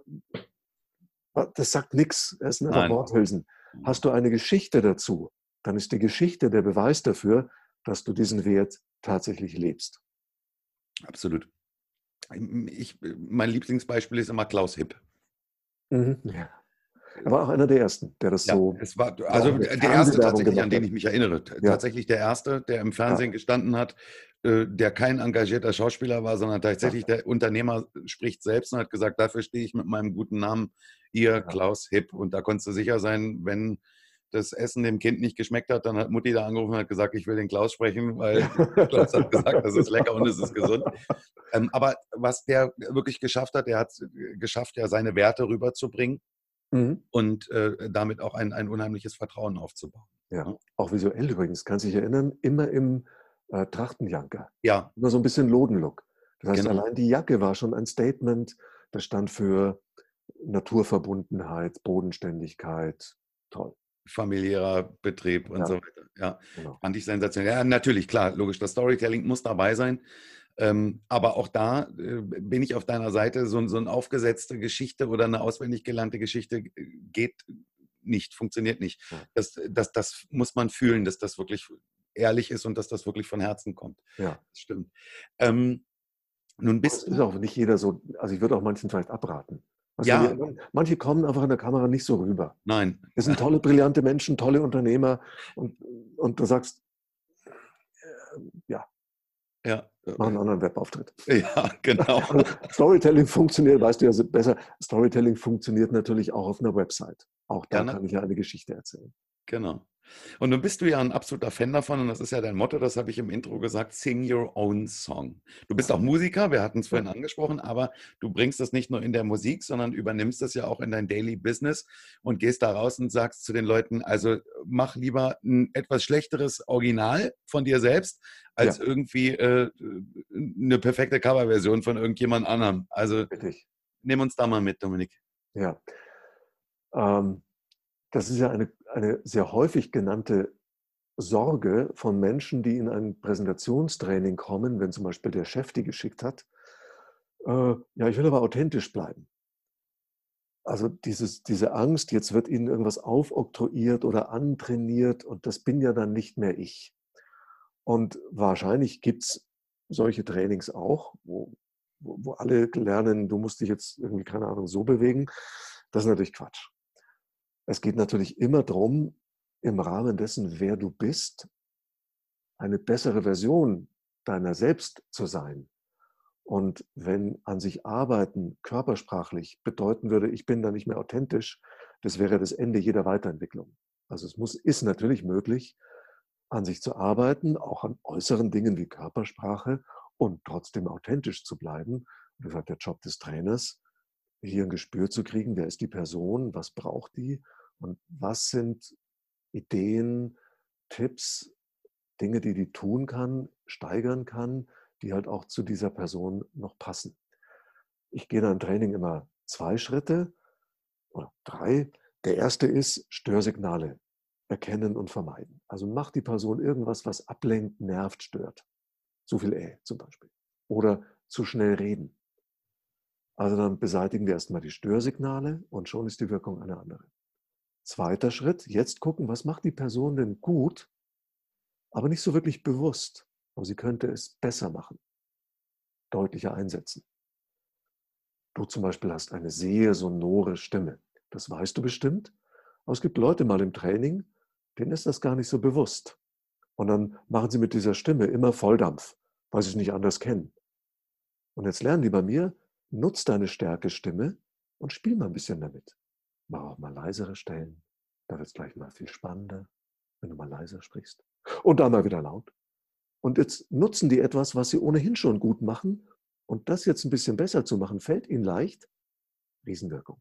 das sagt nichts, es sind einfach Nein. Worthülsen. Hast du eine Geschichte dazu, dann ist die Geschichte der Beweis dafür, dass du diesen Wert tatsächlich lebst. Absolut. Ich, mein Lieblingsbeispiel ist immer Klaus Hipp. Mhm. Ja. Er war auch einer der Ersten, der das Ja, so, es war so auch also in der der erste Fernsehwerbung tatsächlich, an gemacht den hat. ich mich erinnere. T Ja, tatsächlich der erste, der im ja, Fernsehen gestanden hat, äh, der kein engagierter Schauspieler war, sondern ja, tatsächlich der Unternehmer spricht selbst und hat gesagt: „Dafür stehe ich mit meinem guten Namen, ihr ja. Klaus Hipp.“ Und da konntest du sicher sein, wenn das Essen dem Kind nicht geschmeckt hat, dann hat Mutti da angerufen und hat gesagt: „Ich will den Klaus sprechen, weil Klaus hat gesagt, das ist lecker und es ist gesund.“ Ähm, aber was der wirklich geschafft hat, der hat's geschafft, ja seine Werte rüberzubringen Mhm. und, äh, damit auch ein ein unheimliches Vertrauen aufzubauen, Ja, ne? auch visuell übrigens, kannst dich erinnern, immer im, äh, Trachtenjanker. Ja, Immer so 'n bisschen Loden-Look. Das heißt, genau. allein die Jacke war schon ein Statement. Das stand für Naturverbundenheit, Bodenständigkeit. Toll. Familiärer Betrieb und Ja, so weiter. Ja, genau. fand ich sensationell. Ja, natürlich, klar, logisch, das Storytelling muss dabei sein. Ähm, aber auch da, äh, bin ich auf deiner Seite. So 'n so 'n aufgesetzte Geschichte oder 'ne auswendig gelernte Geschichte, äh, geht nicht, funktioniert nicht. Ja, Das das das muss man fühlen, dass das wirklich ehrlich ist und dass das wirklich von Herzen kommt. ja. Das stimmt. Ähm, nun Und es bist ist du auch nicht jeder so, also, ich würde auch manchen vielleicht abraten. Weißt du, ja, wir manche kommen einfach in der Kamera nicht so rüber. nein. Das sind tolle, brillante Menschen, tolle Unternehmer und und du sagst: „Ähm, ja, Ja, mach 'n äh, anderen Webauftritt.“ ja, genau. Also, Storytelling funktioniert, weißt du ja se besser. Storytelling funktioniert natürlich auch auf 'ner Website. Auch Ja, da kann ich ja eine Geschichte erzählen. genau. Und nun bist du ja ein absoluter Fan davon und das ist ja dein Motto, das habe ich im Intro gesagt: „Sing your own song.“ Du bist Ja, auch Musiker, wir hatten es ja, vorhin angesprochen, aber du bringst das nicht nur in der Musik, sondern übernimmst das ja auch in dein Daily Business und gehst da raus und sagst zu den Leuten: „Also, mach lieber ein etwas schlechteres Original von dir selbst als ja, irgendwie, äh, 'ne perfekte Coverversion von irgendjemand anderem.“ Also, richtig. nimm uns da mal mit, Dominik. Ja. Ähm, das ist ja eine eine sehr häufig genannte Sorge von Menschen, die in ein Präsentationstraining kommen, wenn zum Beispiel der Chef die geschickt hat. Äh, ja, ich will aber authentisch bleiben. Also dieses diese Angst, jetzt wird ihnen irgendwas aufoktroyiert oder antrainiert und das bin ja dann nicht mehr ich. Und wahrscheinlich gibt's solche Trainings auch, wo wo wo alle lernen, du musst dich jetzt irgendwie, keine Ahnung, so bewegen. Das ist natürlich Quatsch. Es geht natürlich immer drum, im Rahmen dessen, wer du bist, eine bessere Version deiner selbst zu sein. Und wenn an sich Arbeiten körpersprachlich bedeuten würde, ich bin da nicht mehr authentisch, das wäre das Ende jeder Weiterentwicklung. Also es muss ist natürlich möglich, an sich zu arbeiten, auch an äußeren Dingen wie Körpersprache und trotzdem authentisch zu bleiben. Wie gesagt, der Job des Trainers, hier ein Gespür zu kriegen, wer ist die Person, was braucht die und was sind Ideen, Tipps, Dinge, die die tun kann, steigern kann, die halt auch zu dieser Person noch passen. Ich gehe da im Training immer zwei Schritte oder drei. Der erste ist Störsignale erkennen und vermeiden. Also macht die Person irgendwas, was ablenkt, nervt, stört. Zu viel „äh“ zum Beispiel. Oder zu schnell reden. Also dann beseitigen wir erstmal die Störsignale und schon ist die Wirkung eine andere. Zweiter Schritt, jetzt gucken, was macht die Person denn gut, aber nicht so wirklich bewusst. Aber sie könnte es besser machen, deutlicher einsetzen. Du zum Beispiel hast eine sehr sonore Stimme. Das weißt du bestimmt. Aber es gibt Leute mal im Training, denen ist das gar nicht so bewusst. Und dann machen sie mit dieser Stimme immer Volldampf, weil sie es nicht anders kennen. Und jetzt lernen die bei mir, nutz deine starke Stimme und spiel mal ein bisschen damit. Mach auch mal leisere Stellen. Da wird es gleich mal viel spannender, wenn du mal leiser sprichst. Und dann mal wieder laut. Und jetzt nutzen die etwas, was sie ohnehin schon gut machen. Und das jetzt ein bisschen besser zu machen, fällt ihnen leicht. Riesenwirkung.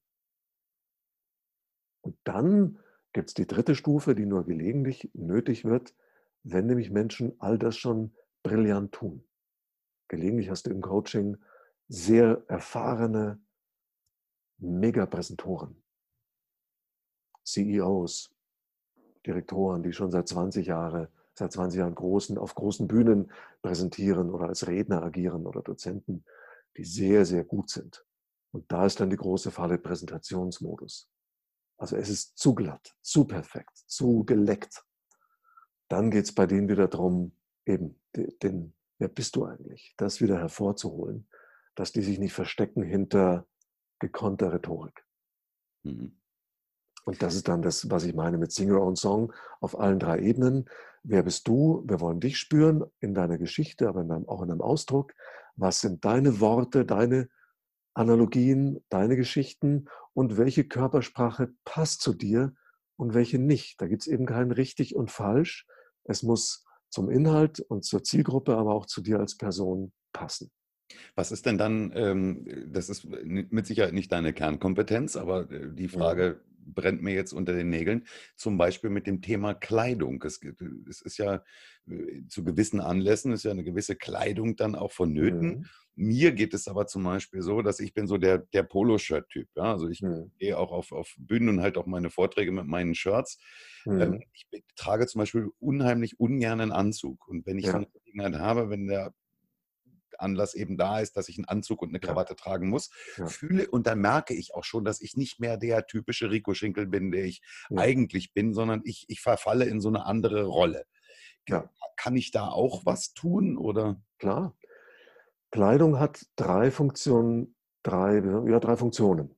Und dann gibt es die dritte Stufe, die nur gelegentlich nötig wird, wenn nämlich Menschen all das schon brillant tun. Gelegentlich hast du im Coaching sehr erfahrene Megapräsentoren, C E Os, Direktoren, die schon seit zwanzig Jahre, seit zwanzig Jahren großen, auf großen Bühnen präsentieren oder als Redner agieren oder Dozenten, die sehr, sehr gut sind. Und da ist dann die große Falle Präsentationsmodus. Also es ist zu glatt, zu perfekt, zu geleckt. Dann geht es bei denen wieder darum, eben den, wer bist du eigentlich, das wieder hervorzuholen, dass die sich nicht verstecken hinter gekonnter Rhetorik. Mhm. Und das ist dann das, was ich meine mit Sing Your Own Song auf allen drei Ebenen. Wer bist du? Wir wollen dich spüren in deiner Geschichte, aber in deinem, auch in deinem Ausdruck. Was sind deine Worte, deine Analogien, deine Geschichten und welche Körpersprache passt zu dir und welche nicht? Da gibt es eben kein richtig und falsch. Es muss zum Inhalt und zur Zielgruppe, aber auch zu dir als Person passen. Was ist denn dann, ähm, das ist mit Sicherheit nicht deine Kernkompetenz, aber äh, die Mhm. Frage brennt mir jetzt unter den Nägeln, zum Beispiel mit dem Thema Kleidung. Es, gibt- es ist ja äh, zu gewissen Anlässen, ist ja eine gewisse Kleidung dann auch vonnöten. Mhm. Mir geht es aber zum Beispiel so, dass ich bin so der, der Poloshirt-Typ. Ja? Also ich Mhm. gehe auch auf, auf Bühnen und halt auch meine Vorträge mit meinen Shirts. Ähm, Mhm. ich trage zum Beispiel unheimlich ungern einen Anzug. Und wenn ich so Ja, eine Gelegenheit habe, wenn der Anlass eben da ist, dass ich einen Anzug und eine ja, Krawatte tragen muss, ja, fühle und dann merke ich auch schon, dass ich nicht mehr der typische Rico Schinkel bin, der ich ja, eigentlich bin, sondern ich, ich verfalle in so eine andere Rolle. ja, Kann ich da auch was tun oder? klar. Kleidung hat drei Funktionen, drei, ja, drei Funktionen.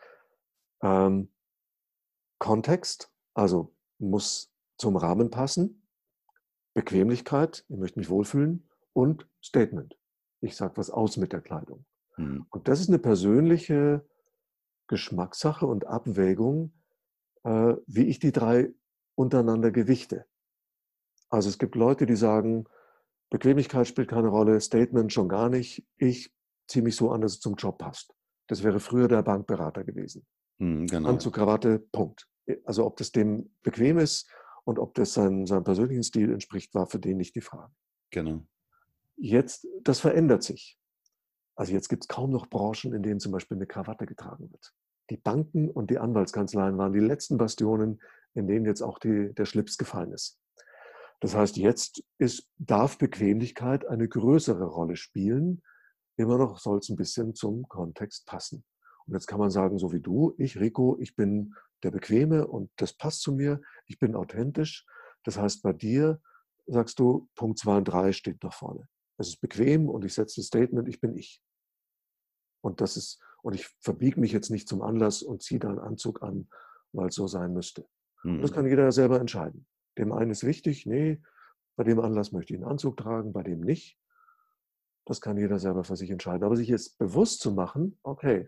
Ähm, Kontext, also muss zum Rahmen passen, Bequemlichkeit, ich möchte mich wohlfühlen und Statement. Ich sage was aus mit der Kleidung. Hm, Und das ist eine persönliche Geschmackssache und Abwägung, äh, wie ich die drei untereinander gewichte. Also es gibt Leute, die sagen, Bequemlichkeit spielt keine Rolle, Statement schon gar nicht. Ich ziehe mich so an, dass es zum Job passt. Das wäre früher der Bankberater gewesen. hm, genau, Anzug, Krawatte, Punkt. Also ob das dem bequem ist und ob das seinem, seinem persönlichen Stil entspricht, war für den nicht die Frage. genau. Jetzt, das verändert sich. Also jetzt gibt es kaum noch Branchen, in denen zum Beispiel eine Krawatte getragen wird. Die Banken und die Anwaltskanzleien waren die letzten Bastionen, in denen jetzt auch die, der Schlips gefallen ist. Das heißt, jetzt ist, darf Bequemlichkeit eine größere Rolle spielen. Immer noch soll es ein bisschen zum Kontext passen. Und jetzt kann man sagen, so wie du, ich, Rico, ich bin der Bequeme und das passt zu mir. Ich bin authentisch. Das heißt, bei dir sagst du, Punkt zwei und drei steht nach vorne. Es ist bequem und ich setze ein Statement, ich bin ich. Und das ist, und ich verbiege mich jetzt nicht zum Anlass und ziehe da einen Anzug an, weil es so sein müsste. Und das Hm, kann jeder ja selber entscheiden. Dem einen ist wichtig, nee, bei dem Anlass möchte ich einen Anzug tragen, bei dem nicht. Das kann jeder selber für sich entscheiden. Aber sich jetzt bewusst zu machen, okay,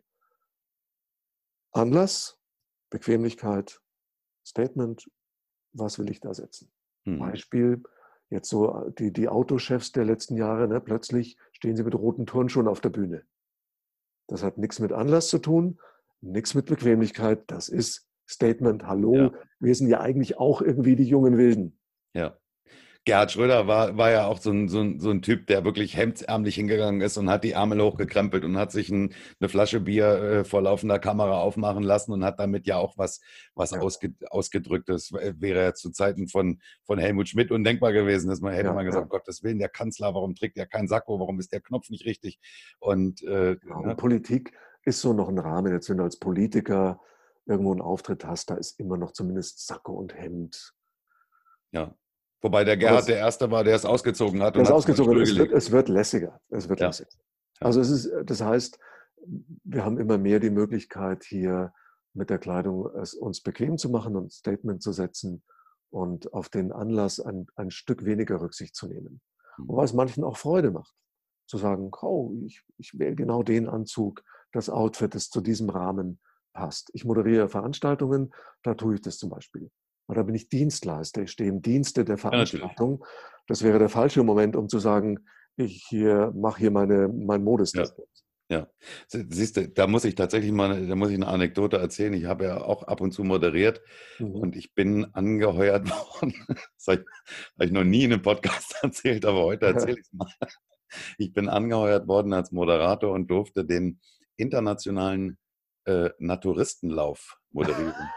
Anlass, Bequemlichkeit, Statement, was will ich da setzen? hm. Beispiel, jetzt so die, die Autochefs der letzten Jahre, ne, plötzlich stehen sie mit roten Turnschuhen auf der Bühne. Das hat nichts mit Anlass zu tun, nichts mit Bequemlichkeit. Das ist Statement. Ja, Hallo, wir sind ja eigentlich auch irgendwie die jungen Wilden. ja. Gerhard Schröder war, war ja auch so ein, so, ein, so ein Typ, der wirklich hemdsärmlich hingegangen ist und hat die Ärmel hochgekrempelt und hat sich ein, eine Flasche Bier äh, vor laufender Kamera aufmachen lassen und hat damit ja auch was, was Ja, ausge, ausgedrückt. Das wäre ja zu Zeiten von, von Helmut Schmidt undenkbar gewesen, dass man hätte ja, man gesagt, ja. um Gottes Willen, der Kanzler, warum trägt der keinen Sakko, warum ist der Knopf nicht richtig? Und äh, Genau. Und ne, Politik ist so noch ein Rahmen. Jetzt, wenn du als Politiker irgendwo einen Auftritt hast, da ist immer noch zumindest Sakko und Hemd. ja. Wobei der Aber Gerhard es, der Erste war, der es ausgezogen hat der und ist hat sich auf den ausgezogen. Stuhl Es wird, gelegt. es wird lässiger. Es wird Ja, lässiger. ja. Also es ist, das heißt, wir haben immer mehr die Möglichkeit, hier mit der Kleidung es uns bequem zu machen und ein Statement zu setzen und auf den Anlass ein, ein Stück weniger Rücksicht zu nehmen. Hm. Wobei es manchen auch Freude macht, zu sagen, oh, ich, ich wähle genau den Anzug, das Outfit, das zu diesem Rahmen passt. Ich moderiere Veranstaltungen, da tue ich das zum Beispiel. Weil da bin ich Dienstleister, ich stehe im Dienste der Ja, natürlich. Veranstaltung. Das wäre der falsche Moment, um zu sagen, ich hier mache hier meine, mein Ja. Modestatement. Ja, Sie- siehst du, da muss ich tatsächlich mal, da muss ich eine Anekdote erzählen. Ich habe ja auch ab und zu moderiert Mhm. und ich bin angeheuert worden. Das habe ich, hab ich noch nie in einem Podcast erzählt, aber heute erzähle ich es mal. Ich bin angeheuert worden als Moderator und durfte den internationalen äh, Naturistenlauf moderieren.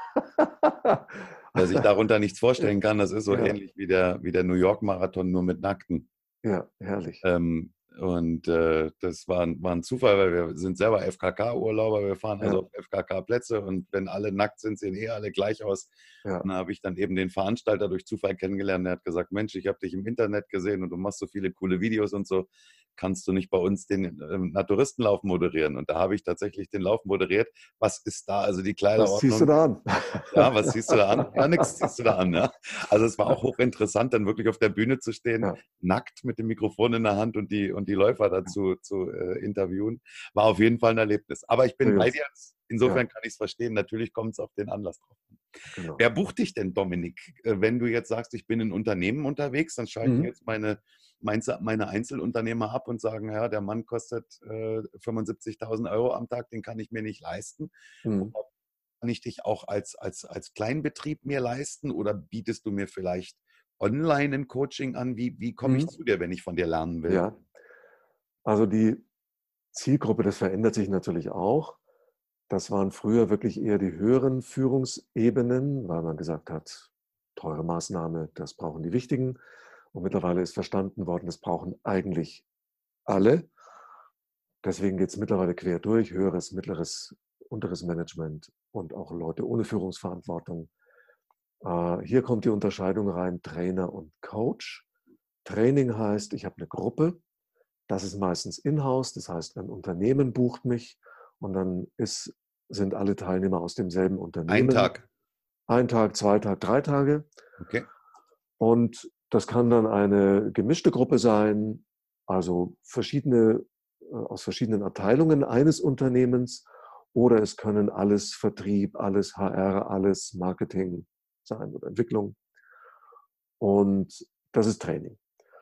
Wer sich darunter nichts Ja, vorstellen kann, das ist so ja, ähnlich wie der, wie der New York Marathon, nur mit Nackten. ja, herrlich. Ähm, und äh, das war, ein- war ein Zufall, weil wir sind selber F K K-Urlauber, wir fahren also Ja, auf F K K-Plätze und wenn alle nackt sind, sehen eh alle gleich aus. ja, Und dann habe ich dann eben den Veranstalter durch Zufall kennengelernt, der hat gesagt, Mensch, ich habe dich im Internet gesehen und du machst so viele coole Videos und so. kannst du nicht bei uns den ähm, Naturistenlauf moderieren? Und da habe ich tatsächlich den Lauf moderiert. Was ist da also die Was ziehst du Kleiderordnung? da an? Ja, was siehst du da an? Ja, nix ziehst du da an. Ja. Also es war auch hochinteressant, dann wirklich auf der Bühne zu stehen, Ja, nackt mit dem Mikrofon in der Hand und die, und die Läufer dazu zu äh, interviewen. War auf jeden Fall ein Erlebnis. Aber ich bin bei seriös. dir. Ja, Insofern kann ich es verstehen. Natürlich kommt es auf den Anlass drauf an. genau. Wer bucht dich denn, Dominik? Äh, Wenn du jetzt sagst, ich bin in Unternehmen unterwegs, dann schalten Mhm. jetzt meine, meine Einzelunternehmer ab und sagen, ja, der Mann kostet äh, fünfundsiebzigtausend Euro am Tag, den kann ich mir nicht leisten. Mhm. Kann ich dich auch als, als, als Kleinbetrieb mir leisten oder bietest du mir vielleicht online ein Coaching an? Wie, wie komme ich Mhm. zu dir, wenn ich von dir lernen will? Ja, also die Zielgruppe, das verändert sich natürlich auch. Das waren früher wirklich eher die höheren Führungsebenen, weil man gesagt hat, teure Maßnahme, das brauchen die Wichtigen. Und mittlerweile ist verstanden worden, das brauchen eigentlich alle. Deswegen geht es mittlerweile quer durch, höheres, mittleres, unteres Management und auch Leute ohne Führungsverantwortung. Äh, hier kommt die Unterscheidung rein, Trainer und Coach. Training heißt, ich habe eine Gruppe, das ist meistens in-house, das heißt, ein Unternehmen bucht mich und dann ist, sind alle Teilnehmer aus demselben Ein Unternehmen. Tag. Ein Tag, zwei Tage, drei Tage. Okay. Und das kann dann eine gemischte Gruppe sein, also verschiedene, äh, aus verschiedenen Abteilungen eines Unternehmens, oder es können alles Vertrieb, alles H R, alles Marketing sein oder Entwicklung. Und das ist Training.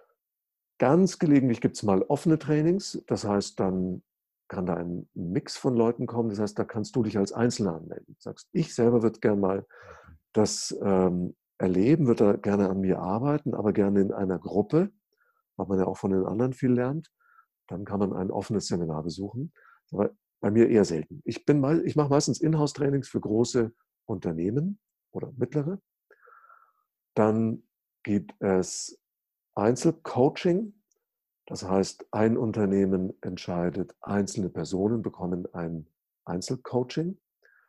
Ganz gelegentlich gibt es mal offene Trainings, das heißt, dann kann da ein Mix von Leuten kommen, das heißt, da kannst du dich als Einzelner anmelden. Du sagst, ich selber würde gerne mal das ähm, erleben, würde da gerne an mir arbeiten, aber gerne in einer Gruppe, weil man ja auch von den anderen viel lernt. Dann kann man ein offenes Seminar besuchen, aber bei mir eher selten. Ich, bin mal, ich mache meistens Inhouse-Trainings für große Unternehmen oder mittlere. Dann gibt es Einzelcoaching. Das heißt, ein Unternehmen entscheidet, einzelne Personen bekommen ein Einzelcoaching.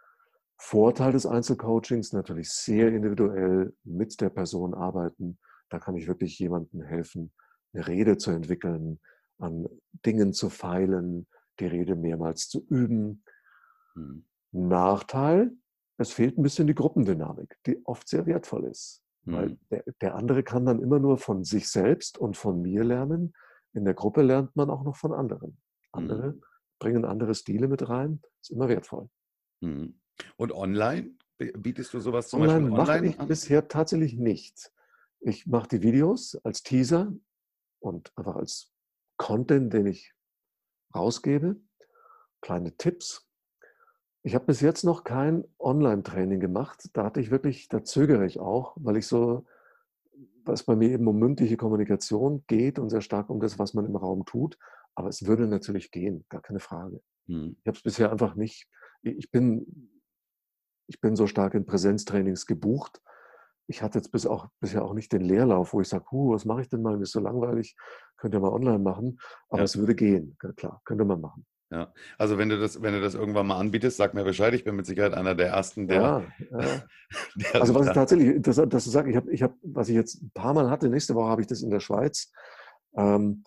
Vorteil des Einzelcoachings natürlich sehr individuell mit der Person arbeiten. Da kann ich wirklich jemandem helfen, eine Rede zu entwickeln, an Dingen zu feilen, die Rede mehrmals zu üben. Mhm. Nachteil, es fehlt ein bisschen die Gruppendynamik, die oft sehr wertvoll ist. Weil Mhm. der, der andere kann dann immer nur von sich selbst und von mir lernen. In der Gruppe lernt man auch noch von anderen. Andere Mhm. bringen andere Stile mit rein, ist immer wertvoll. Mhm. Und online? Bietest du sowas zum Beispiel Online mache online ich an? bisher tatsächlich nicht. Ich mache die Videos als Teaser und einfach als Content, den ich rausgebe, kleine Tipps. Ich habe bis jetzt noch kein Online-Training gemacht. Da hatte ich wirklich, da zögere ich auch, weil ich so, was bei mir eben um mündliche Kommunikation geht und sehr stark um das, was man im Raum tut. Aber es würde natürlich gehen, gar keine Frage. Mhm. Ich habe es bisher einfach nicht. Ich bin, ich bin so stark in Präsenztrainings gebucht. Ich hatte jetzt bis auch, bisher auch nicht den Leerlauf, wo ich sage, huh, was mache ich denn mal? Mir ist so langweilig, könnt ihr mal online machen. Aber Ja. es würde gehen, klar, könnte man machen. Ja, also wenn du das, wenn du das irgendwann mal anbietest, sag mir Bescheid. Ich bin mit Sicherheit einer der ersten, der, Ja, ja. der Also sich was ich da. tatsächlich interessant, dass du sagst, ich habe, ich hab, was ich jetzt ein paar Mal hatte, nächste Woche habe ich das in der Schweiz. Ähm,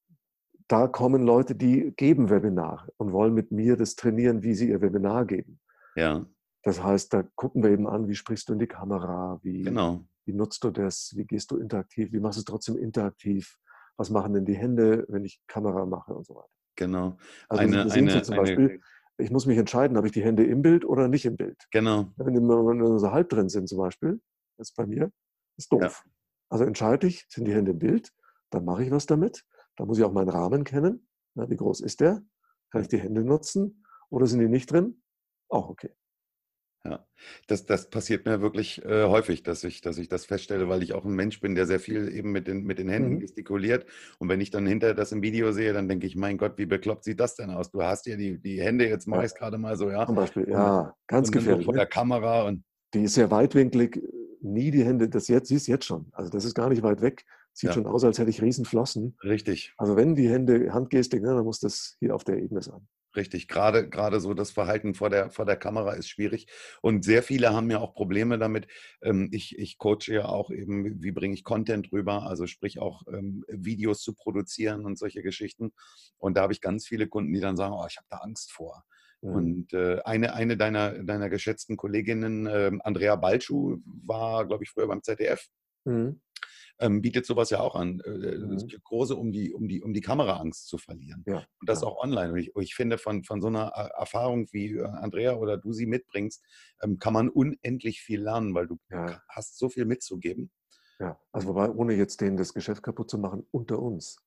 da kommen Leute, die geben Webinar und wollen mit mir das trainieren, wie sie ihr Webinar geben. Ja, Das heißt, da gucken wir eben an, wie sprichst du in die Kamera, wie, genau, wie nutzt du das, wie gehst du interaktiv, wie machst du es trotzdem interaktiv, was machen denn die Hände, wenn ich Kamera mache und so weiter. genau. Also Eine, da sehen Sie eine, zum eine, Beispiel, ich muss mich entscheiden, habe ich die Hände im Bild oder nicht im Bild. genau. Wenn die nur so halb drin sind zum Beispiel, das ist bei mir, ist Ja, doof. Also entscheide ich, sind die Hände im Bild, dann mache ich was damit. Da muss ich auch meinen Rahmen kennen. Ja, wie groß ist der? Kann ich ja. die Hände nutzen? Oder sind die nicht drin? Auch okay. Ja, das, das passiert mir wirklich äh, häufig, dass ich, dass ich das feststelle, weil ich auch ein Mensch bin, der sehr viel eben mit den, mit den Händen Mhm. gestikuliert. Und wenn ich dann hinterher das im Video sehe, dann denke ich, mein Gott, wie bekloppt sieht das denn aus? Du hast ja die, die Hände, jetzt mache Ja, ich es gerade mal so, ja. zum Beispiel, Und, ja, ganz und dann so gefährlich. vor der Ne? Kamera und Die ist sehr weitwinklig, nie die Hände, das jetzt, siehst du jetzt schon. Also das ist gar nicht weit weg. Sieht ja, schon aus, als hätte ich Riesenflossen. richtig, Also wenn die Hände, Handgestik, ne, dann muss das hier auf der Ebene sein. Richtig, gerade gerade so das Verhalten vor der vor der Kamera ist schwierig und sehr viele haben ja auch Probleme damit. Ähm, ich ich coache ja auch eben, wie bringe ich Content rüber, also sprich auch, ähm, Videos zu produzieren und solche Geschichten. Und da habe ich ganz viele Kunden, die dann sagen: „Oh, ich habe da Angst vor.“ Mhm. Und, äh, eine eine deiner deiner geschätzten Kolleginnen, ähm, Andrea Balschuh, war, glaube ich, früher beim Z D F, Mhm. ähm, bietet sowas ja auch an, äh, Mhm. Kurse, um die um die um die Kameraangst zu verlieren. Ja, Und das ja. auch online. Und ich ich finde, von von so einer Er Erfahrung, wie, äh, Andrea oder du sie mitbringst, ähm, kann man unendlich viel lernen, weil du du ka Ja, hast so viel mitzugeben. ja. Also Und wobei, ohne jetzt denen das Geschäft kaputt zu machen, unter uns.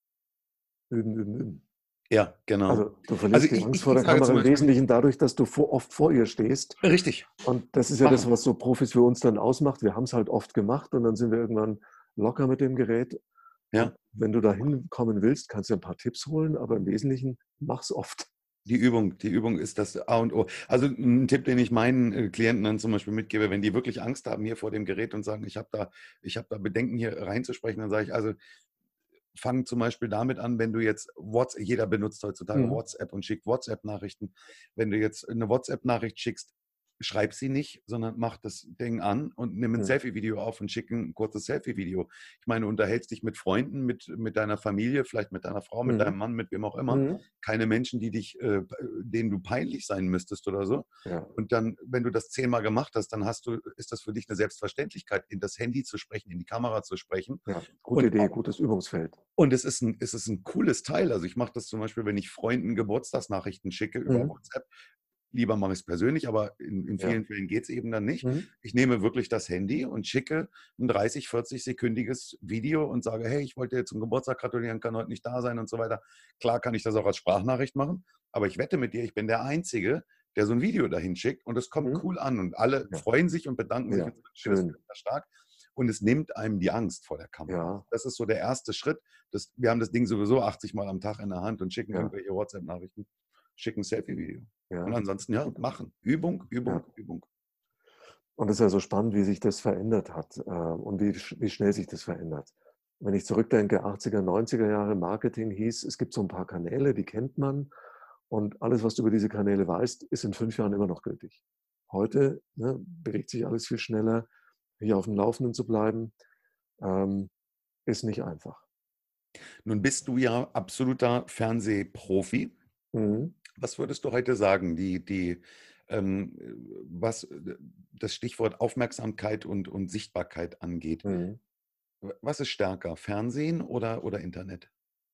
Üben, üben, üben. ja, genau. Also, du Also, verlierst die ich Angst ich vor ich der sage Kamera zum im Beispiel Wesentlichen dadurch, dass du vor oft vor ihr stehst. richtig, Und das ist ja das, machen. was so Profis für uns dann ausmacht. Wir haben es halt oft gemacht und dann sind wir irgendwann locker mit dem Gerät. Und Ja. wenn du da hinkommen willst, kannst du ein paar Tipps holen, aber im Wesentlichen mach's oft. Die Übung die Übung ist das A und O. Also, 'n Tipp, den ich meinen, äh, Klienten dann zum Beispiel mitgebe, wenn die wirklich Angst haben hier vor dem Gerät und sagen: „Ich habe da ich habe da Bedenken, hier reinzusprechen“, dann sage ich: „Also, fang zum Beispiel damit an, wenn du jetzt Whats jeder benutzt heutzutage Mhm. WhatsApp und schickt WhatsApp-Nachrichten. Wenn du jetzt eine WhatsApp-Nachricht schickst, schreib sie nicht, sondern mach das Ding an und nimm ein Mhm. Selfie-Video auf und schick ein kurzes Selfie-Video. Ich meine, du unterhältst dich mit Freunden, mit mit deiner Familie, vielleicht mit deiner Frau, mit deinem Mhm. Mann, mit wem auch immer. Mhm. Keine Menschen, die dich äh, denen du peinlich sein müsstest oder so. Ja, Und dann, wenn du das zehnmal gemacht hast, dann hast du ist das für dich eine Selbstverständlichkeit, in das Handy zu sprechen, in die Kamera zu sprechen. ja. Gute Und Idee, gutes Übungsfeld. und es ist ein es ist ein cooles Teil. Also, ich mache das zum Beispiel, wenn ich Freunden Geburtstagsnachrichten schicke über Mhm. WhatsApp. Lieber mache ich es persönlich, aber in in Ja. vielen Fällen geht es eben dann nicht. Mhm. Ich nehme wirklich das Handy und schicke ein dreißig, vierzig-sekündiges Video und sage: „Hey, ich wollte dir zum Geburtstag gratulieren, kann heute nicht da sein“ und so weiter. Klar kann ich das auch als Sprachnachricht machen, aber ich wette mit dir, ich bin der Einzige, der so ein Video dahin schickt und es kommt Mhm. cool an und alle Ja, freuen sich und bedanken sich ja, und sagen: „Okay, das schön. finde ich stark.“ Und es nimmt einem die Angst vor der Kamera. Ja, Das ist so der erste Schritt. Das wir haben das Ding sowieso achtzig Mal am Tag in der Hand und schicken ja, irgendwelche WhatsApp-Nachrichten, schicken 'n Selfie-Video. Und ja. ansonsten, ja, Gut. machen. Übung, Ja. Übung, Übung. Und es ist ja so spannend, wie sich das verändert hat, äh, und wie sch wie schnell sich das verändert. Wenn ich zurückdenke, achtziger, neunziger Jahre Marketing hieß, es gibt so ein paar Kanäle, die kennt man und alles, was du über diese Kanäle weißt, ist in fünf Jahren immer noch gültig. Heute, ne, bewegt sich alles viel schneller. Hier auf dem Laufenden zu bleiben, ähm, ist nicht einfach. Nun bist du ja absoluter Fernsehprofi. Mhm. Was würdest du heute sagen, die die, ähm, äh, was, äh, das Stichwort Aufmerksamkeit und und Sichtbarkeit angeht? Mhm. W was ist stärker, Fernsehen oder oder Internet?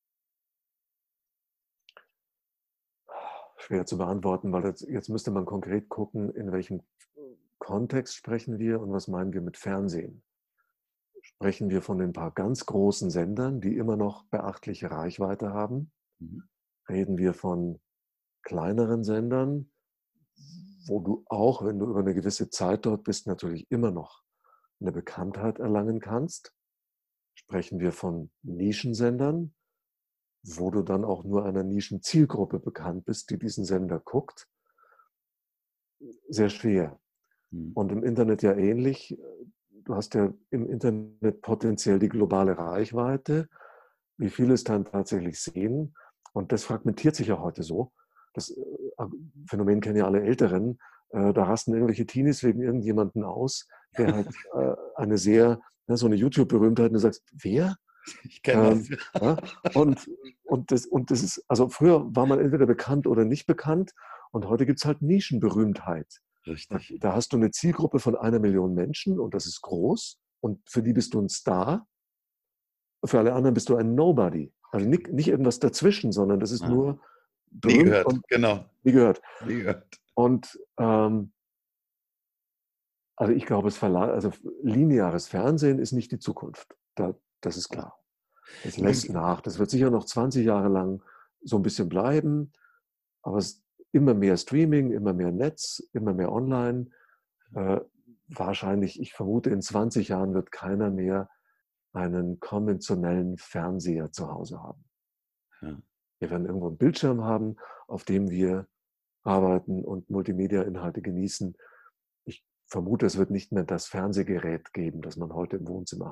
Schwer zu beantworten, weil jetzt jetzt müsste man konkret gucken, in welchem Kontext sprechen wir und was meinen wir mit Fernsehen? Sprechen wir von den paar ganz großen Sendern, die immer noch beachtliche Reichweite haben? Mhm. Reden wir von kleineren Sendern, wo du auch, wenn du über eine gewisse Zeit dort bist, natürlich immer noch eine Bekanntheit erlangen kannst? Sprechen wir von Nischensendern, wo du dann auch nur einer Nischenzielgruppe bekannt bist, die diesen Sender guckt? Sehr schwer. Mhm. Und im Internet ja ähnlich. Du hast ja im Internet potenziell die globale Reichweite. Wie viele es dann tatsächlich sehen. Und das fragmentiert sich ja heute so. Das äh, Phänomen kennen ja alle Älteren. Äh, da rasten irgendwelche Teenies wegen irgendjemanden aus, der halt äh, eine sehr, ne, so eine YouTube-Berühmtheit, und du sagst, wer? Ich kenne das. Ähm, ja, und, und, das, und das ist, also früher war man entweder bekannt oder nicht bekannt und heute gibt es halt Nischenberühmtheit. Da, Richtig. da hast du eine Zielgruppe von einer Million Menschen und das ist groß und für die bist du ein Star, für alle anderen bist du ein Nobody. Also nicht, nicht irgendwas dazwischen, sondern das ist Ja. nur Nie berühmt gehört, und genau. wie gehört. Nie gehört. Und ähm, also ich glaube, es verla also lineares Fernsehen ist nicht die Zukunft. Da, das ist Ja. klar. Das Nun lässt nach. Das wird sicher noch zwanzig Jahre lang so ein bisschen bleiben, aber es immer mehr Streaming, immer mehr Netz, immer mehr online. Äh, wahrscheinlich, ich vermute, in zwanzig Jahren wird keiner mehr einen konventionellen Fernseher zu Hause haben. ja. Wir werden irgendwo einen Bildschirm haben, auf dem wir arbeiten und Multimedia-Inhalte genießen. Ich vermute, es wird nicht mehr das Fernsehgerät geben, das man heute im Wohnzimmer hat.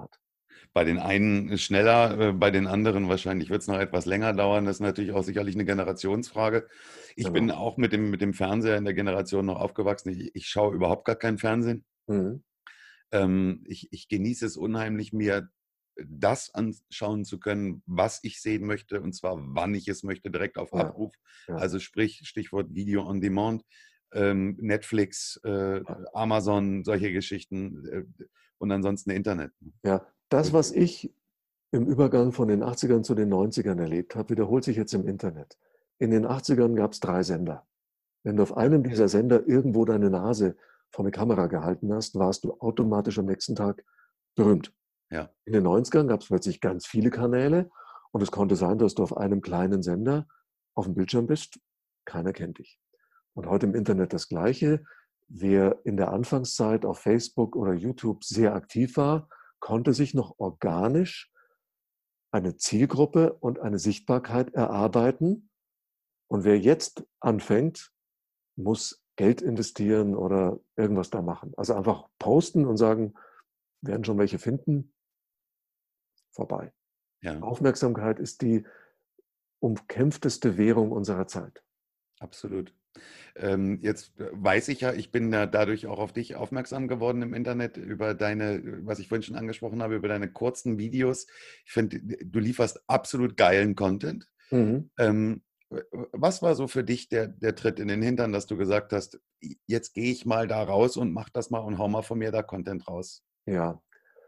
Bei den einen schneller, äh, bei den anderen wahrscheinlich wird es noch etwas länger dauern. Das ist natürlich auch sicherlich eine Generationsfrage. Ich bin Genau. auch mit dem, mit dem Fernseher in der Generation noch aufgewachsen. Ich, ich schaue überhaupt gar kein Fernsehen. Mhm. Ähm, ich, ich genieße es unheimlich, mir das anschauen zu können, was ich sehen möchte, und zwar wann ich es möchte, direkt auf Ja, Abruf. ja, Also sprich, Stichwort Video on Demand, ähm, Netflix, äh, ja. Amazon, solche Geschichten äh, und ansonsten Internet. Ja, das, was ich im Übergang von den achtzigern zu den neunzigern erlebt habe, wiederholt sich jetzt im Internet. In den achtzigern gab es drei Sender. Wenn du auf Ja, einem dieser Sender irgendwo deine Nase vor eine Kamera gehalten hast, warst du automatisch am nächsten Tag berühmt. ja, In den neunzigern gab es plötzlich ganz viele Kanäle und es konnte sein, dass du auf einem kleinen Sender auf dem Bildschirm bist. Keiner kennt dich. Und heute im Internet das Gleiche. Wer in der Anfangszeit auf Facebook oder YouTube sehr aktiv war, konnte sich noch organisch eine Zielgruppe und eine Sichtbarkeit erarbeiten. Und wer jetzt anfängt, muss Geld investieren oder irgendwas da machen. Also einfach posten und sagen, werden schon welche finden, vorbei. ja. Aufmerksamkeit ist die umkämpfteste Währung unserer Zeit. Absolut. Ähm, jetzt äh, weiß ich ja, ich bin ja dadurch auch auf dich aufmerksam geworden im Internet über deine, was ich vorhin schon angesprochen habe, über deine kurzen Videos. Ich finde, du lieferst absolut geilen Content. Mhm. Ähm, was war so für dich der, der Tritt in den Hintern, dass du gesagt hast, jetzt gehe ich mal da raus und mach das mal und hau mal von mir da Content raus? Ja,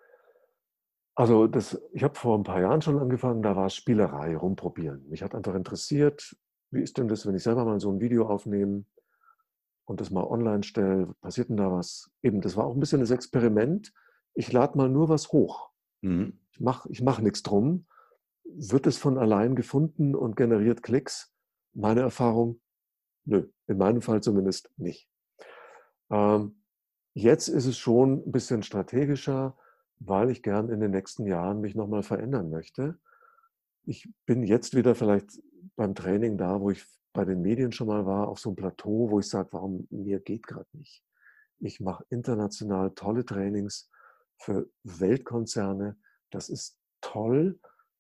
also das, ich habe vor ein paar Jahren schon angefangen, da war es Spielerei, rumprobieren. Mich hat einfach interessiert, wie ist denn das, wenn ich selber mal so ein Video aufnehme und das mal online stelle, passiert denn da was? Eben, das war auch ein bisschen das Experiment. Ich lade mal nur was hoch. Mhm. Ich mache ich mach nichts drum. Wird es von allein gefunden und generiert Klicks? Meine Erfahrung, nö, in meinem Fall zumindest nicht. Ähm, jetzt ist es schon ein bisschen strategischer, weil ich gern in den nächsten Jahren mich nochmal verändern möchte. Ich bin jetzt wieder vielleicht beim Training da, wo ich bei den Medien schon mal war, auf so einem Plateau, wo ich sage, warum mir geht gerade nicht. Ich mache international tolle Trainings für Weltkonzerne. Das ist toll.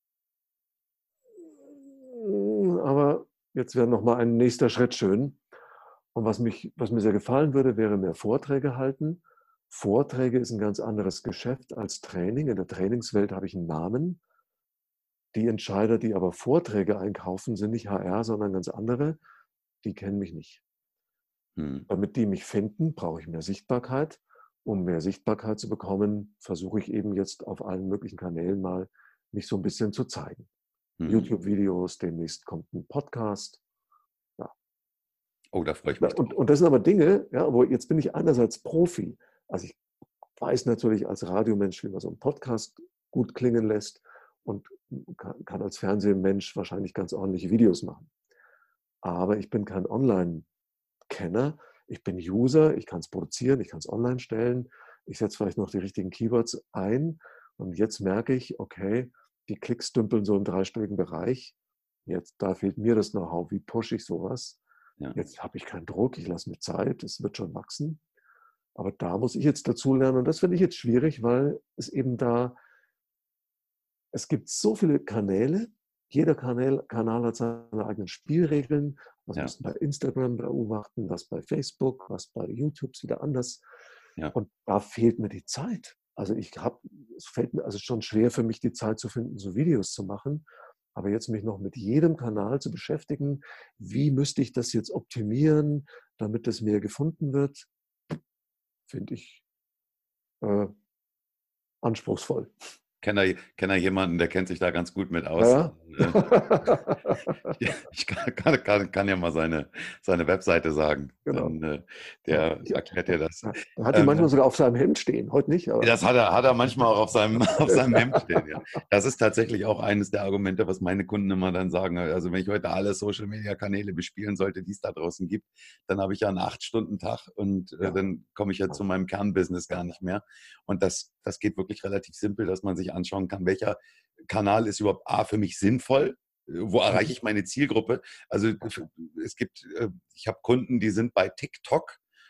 Aber jetzt wäre noch mal ein nächster Schritt schön. Und was, mich, was mir sehr gefallen würde, wäre mehr Vorträge halten. Vorträge ist ein ganz anderes Geschäft als Training. In der Trainingswelt habe ich einen Namen. Die Entscheider, die aber Vorträge einkaufen, sind nicht H R, sondern ganz andere. Die kennen mich nicht. Mhm. Damit die mich finden, brauche ich mehr Sichtbarkeit. Um mehr Sichtbarkeit zu bekommen, versuche ich eben jetzt auf allen möglichen Kanälen mal mich so ein bisschen zu zeigen. Mhm. YouTube-Videos, demnächst kommt ein Podcast. Ja. Oh, da freue ich mich Und, drauf. und das sind aber Dinge, ja, wo jetzt bin ich einerseits Profi. Also ich weiß natürlich als Radiomensch, wie man so einen Podcast gut klingen lässt und kann, kann als Fernsehmensch wahrscheinlich ganz ordentliche Videos machen. Aber ich bin kein Online-Kenner. Ich bin User, ich kann es produzieren, ich kann es online stellen. Ich setze vielleicht noch die richtigen Keywords ein. Und jetzt merke ich, okay, die Klicks dümpeln so im dreistelligen Bereich. Jetzt, da fehlt mir das Know-how. Wie pushe ich sowas? Ja. Jetzt habe ich keinen Druck, ich lasse mir Zeit, es wird schon wachsen. Aber da muss ich jetzt dazu lernen und das finde ich jetzt schwierig, weil es eben da, es gibt so viele Kanäle, jeder Kanal, Kanal hat seine eigenen Spielregeln. Was Ja. musst du bei Instagram beobachten, was bei Facebook, was bei YouTube ist wieder anders. Ja. Und da fehlt mir die Zeit. Also ich habe, es fällt mir also schon schwer für mich, die Zeit zu finden, so Videos zu machen. Aber jetzt mich noch mit jedem Kanal zu beschäftigen, wie müsste ich das jetzt optimieren, damit es mehr gefunden wird, finde ich äh, anspruchsvoll. Kenne kenn jemanden, der kennt sich da ganz gut mit aus. Ja, Äh, ja. Ich kann, kann, kann, kann ja mal seine, seine Webseite sagen. Genau. Dann, äh, Ja. der Ja. erklärt dir das. Ja. Da hat die manchmal Ähm, sogar auf seinem Hemd stehen. Heute nicht, aber. das hat er, hat er manchmal auch auf seinem, auf seinem Hemd stehen. Ja. Das ist tatsächlich auch eines der Argumente, was meine Kunden immer dann sagen. Also wenn ich heute alle Social-Media-Kanäle bespielen sollte, die es da draußen gibt, dann habe ich ja einen acht-Stunden-Tag und äh, Ja. dann komme ich ja zu meinem Kernbusiness gar nicht mehr. Und das, das geht wirklich relativ simpel, dass man sich anschauen kann, welcher Kanal ist überhaupt A für mich sinnvoll. Wo erreiche Mhm. ich meine Zielgruppe? Also es gibt, ich habe Kunden, die sind bei TikTok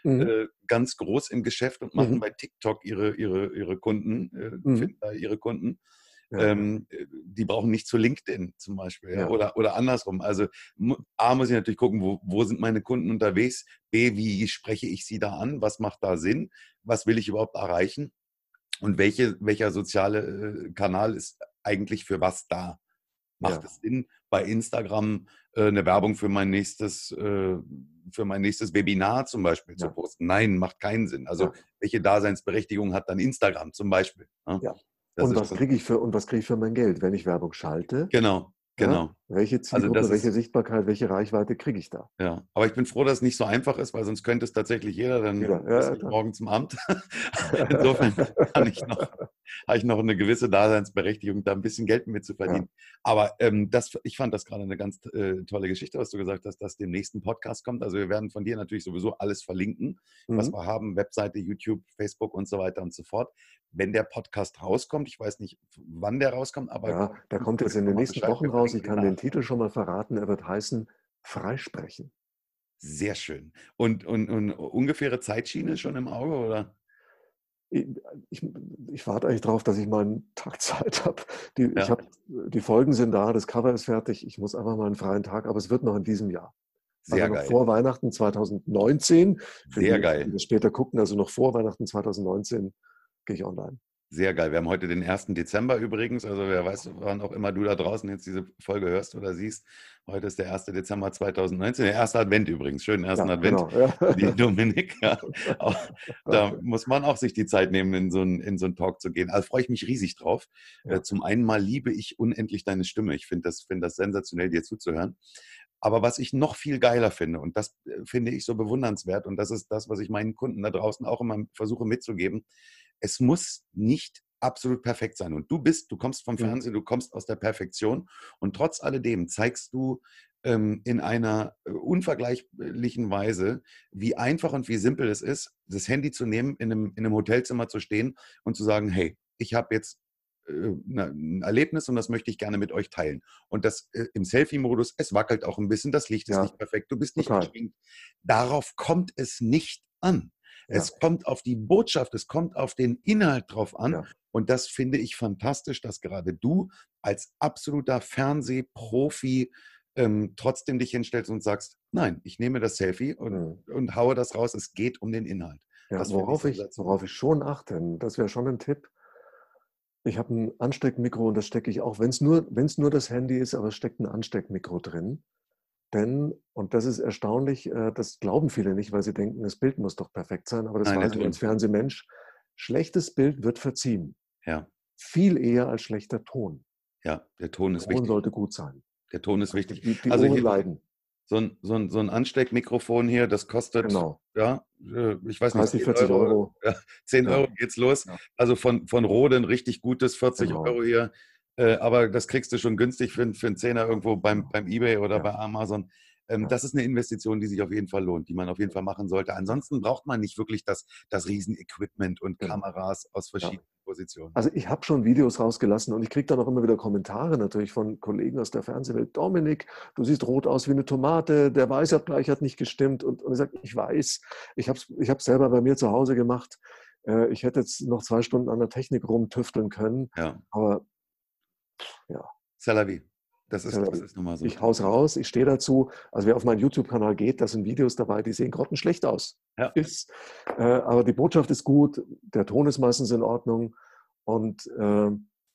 Mhm. äh, ganz groß im Geschäft und machen Mhm. bei TikTok ihre, ihre, ihre Kunden, äh, Mhm. finden da ihre Kunden. Ja, Ähm, äh, die brauchen nicht zu LinkedIn zum Beispiel, ja? ja, Oder, oder andersrum. Also mu- A, muss ich natürlich gucken, wo, wo sind meine Kunden unterwegs? B, wie spreche ich sie da an? Was macht da Sinn? Was will ich überhaupt erreichen? Und welche, welcher soziale äh, Kanal ist eigentlich für was da? Macht ja, es Sinn, bei Instagram äh, eine Werbung für mein nächstes, äh, für mein nächstes Webinar zum Beispiel zu ja, posten? Nein, macht keinen Sinn. Also ja, welche Daseinsberechtigung hat dann Instagram zum Beispiel? Ne? ja. Das Und ist was schon, kriege ich für, und was kriege ich für mein Geld, wenn ich Werbung schalte? genau, Ja? genau. Welche Also Zielgruppe, das welche ist, Sichtbarkeit, welche Reichweite kriege ich da? ja. Aber ich bin froh, dass es nicht so einfach ist, weil sonst könnte es tatsächlich jeder, dann Jeder, müsste ja, ich klar. morgen zum Amt. Insofern kann ich noch habe ich noch eine gewisse Daseinsberechtigung, da ein bisschen Geld mit zu Ja. verdienen. Aber ähm, das, ich fand das gerade eine ganz äh, tolle Geschichte, was du gesagt hast, dass dem nächsten Podcast kommt. Also wir werden von dir natürlich sowieso alles verlinken, was Mhm. wir haben, Webseite, YouTube, Facebook und so weiter und so fort. Wenn der Podcast rauskommt, ich weiß nicht, wann der rauskommt, aber Ja, der gib kommt mir jetzt in doch den mal nächsten Bescheid, Wochen wir raus. Ich verlinken den kann den nach. Titel schon mal verraten. Er wird heißen Freisprechen. Sehr schön. Und, und, und ungefähre Zeitschiene schon im Auge, oder? Ich, ich, ich warte eigentlich darauf, dass ich mal einen Tag Zeit habe. Die, ich Ja, hab, die Folgen sind da, das Cover ist fertig. Ich muss einfach mal einen freien Tag, aber es wird noch in diesem Jahr. Also sehr noch geil. vor Weihnachten zwanzig neunzehn. Für Sehr diejenigen, die geil. das später gucken, also noch vor Weihnachten zwanzig neunzehn gehe ich online. Sehr geil. Wir haben heute den ersten Dezember übrigens. Also wer weiß, wann auch immer du da draußen jetzt diese Folge hörst oder siehst. Heute ist der erste Dezember zwanzig neunzehn. Der erste Advent übrigens. Schönen ersten Ja, Advent genau. Ja. für die Dominik. Ja. Auch, da muss man auch sich die Zeit nehmen, in so einen, in so einen Talk zu gehen. Also freue ich mich riesig drauf. Äh, Ja. Zum einen mal liebe ich unendlich deine Stimme. Ich finde das, finde das sensationell, dir zuzuhören. Aber was ich noch viel geiler finde, und das äh, finde ich so bewundernswert, und das ist das, was ich meinen Kunden da draußen auch immer versuche mitzugeben, es muss nicht absolut perfekt sein. Und du bist, du kommst vom Hm. Fernsehen, du kommst aus der Perfektion und trotz alledem zeigst du ähm, in einer äh, unvergleichlichen Weise, wie einfach und wie simpel es ist, das Handy zu nehmen, in einem, in einem Hotelzimmer zu stehen und zu sagen, hey, ich habe jetzt äh, ein Erlebnis und das möchte ich gerne mit euch teilen. Und das äh, im Selfie-Modus, es wackelt auch ein bisschen, das Licht ist Ja, nicht perfekt, du bist nicht total. geschminkt. Darauf kommt es nicht an. Ja, Es kommt auf die Botschaft, es kommt auf den Inhalt drauf an. ja. Und das finde ich fantastisch, dass gerade du als absoluter Fernsehprofi ähm, trotzdem dich hinstellst und sagst, nein, ich nehme das Selfie und, Hm. und haue das raus. Es geht um den Inhalt. Ja, Das finde ich worauf ich, sensationell. worauf ich schon achte, das wäre schon ein Tipp. Ich habe ein Ansteckmikro und das stecke ich auch, wenn es nur, wenn es nur das Handy ist, aber es steckt ein Ansteckmikro drin. Denn, und das ist erstaunlich, äh, das glauben viele nicht, weil sie denken, das Bild muss doch perfekt sein, aber das Nein, der weiß ich als Ton. Fernsehmensch. Schlechtes Bild wird verziehen. Ja, Viel eher als schlechter Ton. ja, der Ton ist Ton wichtig. sollte gut sein. Der Ton ist Also wichtig. die, die Also Ohren hier, leiden. so ein, so ein, so ein Ansteckmikrofon hier, das kostet, Genau. ja, äh, ich weiß nicht, dreißig, zehn vierzig Euro, Euro. ja, zehn Ja, Euro geht's los. ja, Also von, von Rode ein richtig gutes, vierzig genau. Euro hier. Äh, aber das kriegst du schon günstig für, für einen Zehner irgendwo beim, Genau. beim eBay oder Ja, bei Amazon. Ähm, ja, das ist eine Investition, die sich auf jeden Fall lohnt, die man auf jeden Fall machen sollte. ja, Ansonsten braucht man nicht wirklich das, das Riesenequipment und genau. Kameras aus Ja. verschiedenen Positionen. Also ich habe schon Videos rausgelassen und ich kriege dann auch immer wieder Kommentare natürlich von Kollegen aus der Fernsehwelt. Dominik, du siehst rot aus wie eine Tomate, der Weißabgleich hat nicht gestimmt. Und, und ich sage, ich weiß, ich habe es ich hab's selber bei mir zu Hause gemacht. Äh, ich hätte jetzt noch zwei Stunden an der Technik rumtüfteln können, Ja, aber ja, c'est la vie. Das ist, das ist nun mal so. ich hau's raus, ich stehe dazu. Also wer auf meinen YouTube-Kanal geht, da sind Videos dabei, die sehen grottenschlecht aus. Ja. Ist, äh, aber die Botschaft ist gut, der Ton ist meistens in Ordnung und äh,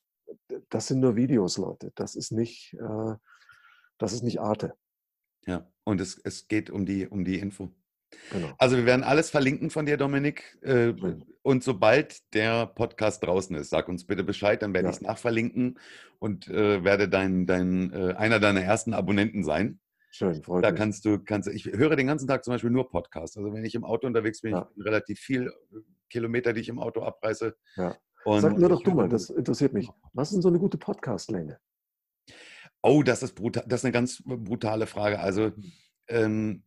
das sind nur Videos, Leute. Das ist nicht, äh, das ist nicht Arte. Ja, und es, es geht um die, um die Info. Genau. Also wir werden alles verlinken von dir, Dominik. Äh, Schön. Und sobald der Podcast draußen ist, sag uns bitte Bescheid, dann werde Ja. ich es nachverlinken und äh, werde dein, dein, äh, einer deiner ersten Abonnenten sein. Schön, freut Da mich. kannst du, kannst, ich höre den ganzen Tag zum Beispiel nur Podcasts. Also wenn ich im Auto unterwegs bin, Ja. ich bin relativ viel äh, Kilometer, die ich im Auto abreiße. Ja. Sag Und mir doch ich du höre mal, nur. das interessiert mich. Was ist denn so eine gute Podcast-Länge? Oh, das ist brutal, das ist eine ganz brutale Frage. Also ähm,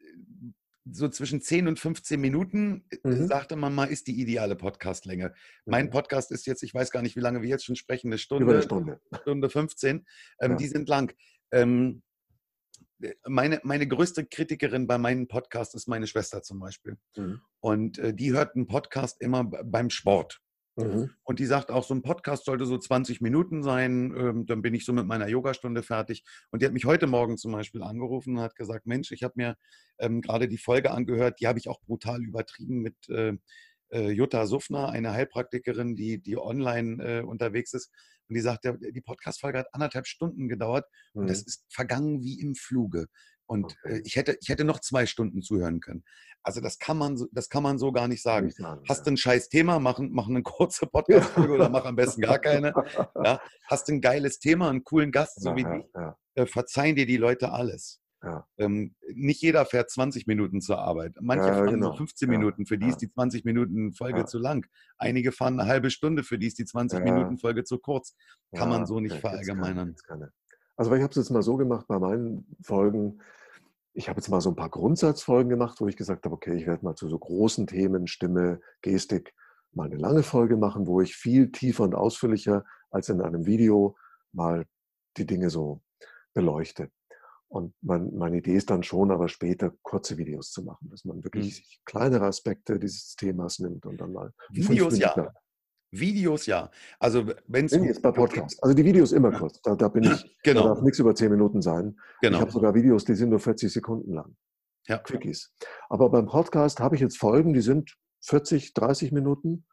so zwischen zehn und fünfzehn Minuten, äh, Mhm. sagte man mal, ist die ideale Podcastlänge. Mein Mhm. Podcast ist jetzt, ich weiß gar nicht, wie lange wir jetzt schon sprechen, eine Über eine Stunde, Stunde. Stunde fünfzehn. Ähm, Ja. die sind lang. Ähm, meine, meine größte Kritikerin bei meinen Podcasts ist meine Schwester zum Beispiel. Mhm. Und äh, die hört einen Podcast immer b- beim Sport. Mhm. Und die sagt auch, so ein Podcast sollte so zwanzig Minuten sein. Ähm, dann bin ich so mit meiner Yogastunde fertig. Und die hat mich heute Morgen zum Beispiel angerufen und hat gesagt, Mensch, ich habe mir ähm, gerade die Folge angehört, die habe ich auch brutal übertrieben mit äh, äh, Jutta Suffner, eine Heilpraktikerin, die, die online äh, unterwegs ist. Und die sagt, der, die Podcast-Folge hat anderthalb Stunden gedauert und das Mhm. ist vergangen wie im Fluge. Und äh, Okay. ich hätte, ich hätte noch zwei Stunden zuhören können. Also das kann man so, das kann man so gar nicht sagen. Nicht sagen, Hast ja. du ein scheiß Thema, mach, mach eine kurze Podcast-Folge oder mach am besten gar keine. Ja? Hast du ein geiles Thema, einen coolen Gast, so Ja, wie ja, dich, ja, äh, verzeihen dir die Leute alles. ja. Ähm, nicht jeder fährt zwanzig Minuten zur Arbeit. Manche Ja, fahren nur genau. fünfzehn Ja, Minuten, für die ist ja, die zwanzig Minuten Folge ja, zu lang. Einige fahren eine halbe Stunde, für die ist die zwanzig ja, Minuten Folge zu kurz. Kann man ja, so nicht okay, gibt's keine, verallgemeinern. gibt's keine. Also ich habe es jetzt mal so gemacht bei meinen Folgen. Ich habe jetzt mal so ein paar Grundsatzfolgen gemacht, wo ich gesagt habe, okay, ich werde mal zu so großen Themen, Stimme, Gestik, mal eine lange Folge machen, wo ich viel tiefer und ausführlicher als in einem Video mal die Dinge so beleuchte. Und mein, meine Idee ist dann schon, aber später kurze Videos zu machen, dass man Hm. wirklich sich kleinere Aspekte dieses Themas nimmt und dann mal fünf Videos Minuten ja. lang. Videos ja. Also wenn es Nee, nee, um jetzt bei Video geht, Podcast. Also die Videos immer ja, kurz. Da, da bin ich, da darf genau, nichts über zehn Minuten sein. Ich habe genau. sogar Videos, die sind nur vierzig Sekunden lang. Ja. Quickies. Aber beim Podcast habe ich jetzt Folgen, die sind vierzig, dreißig Minuten,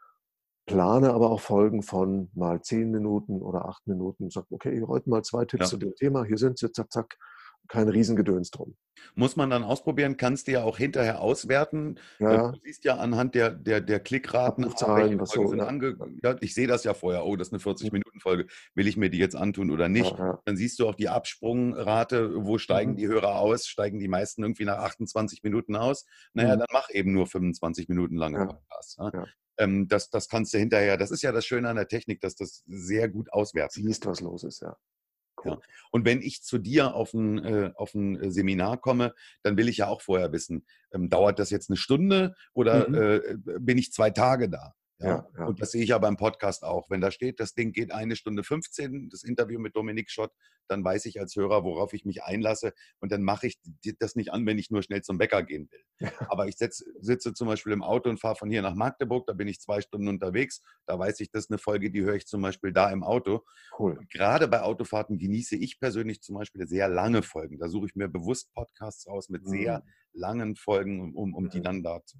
plane aber auch Folgen von mal zehn Minuten oder acht Minuten. Sag, okay, heute mal zwei Tipps Ja. zu dem Thema. Hier sind sie, zack, zack. Kein Riesengedöns drum. Muss man dann ausprobieren, kannst du ja auch hinterher auswerten. Ja, Äh, ja. Du siehst ja anhand der, der, der Klickraten, ah, welche Abrufzahlen, was Folgen so, sind ja. ange... Ja, ich sehe das ja vorher, oh, das ist eine vierzig-Minuten-Folge, will ich mir die jetzt antun oder Ja, nicht? ja. Dann siehst du auch die Absprungrate, wo steigen Mhm. die Hörer aus, steigen die meisten irgendwie nach achtundzwanzig Minuten aus. Naja, Mhm. dann mach eben nur fünfundzwanzig Minuten lange Ja, Podcasts. Ja. ja. Ähm, das, das kannst du hinterher, das ist ja das Schöne an der Technik, dass das sehr gut auswerten kann. Siehst, was los ist, ja. Ja. Cool. Und wenn ich zu dir auf ein, äh, auf ein Seminar komme, dann will ich ja auch vorher wissen, ähm, dauert das jetzt eine Stunde oder Mhm. äh, bin ich zwei Tage da? Ja? Ja, ja. Und das sehe ich ja beim Podcast auch. Wenn da steht, das Ding geht eine Stunde fünfzehn, das Interview mit Dominik Schott, dann weiß ich als Hörer, worauf ich mich einlasse. Und dann mache ich das nicht an, wenn ich nur schnell zum Bäcker gehen will. Aber ich setz, sitze zum Beispiel im Auto und fahre von hier nach Magdeburg, da bin ich zwei Stunden unterwegs. Da weiß ich, das ist eine Folge, die höre ich zum Beispiel da im Auto. Cool. Und gerade bei Autofahrten genieße ich persönlich zum Beispiel sehr lange Folgen. Da suche ich mir bewusst Podcasts raus mit sehr Mhm. langen Folgen, um, um die Mhm. dann da zu.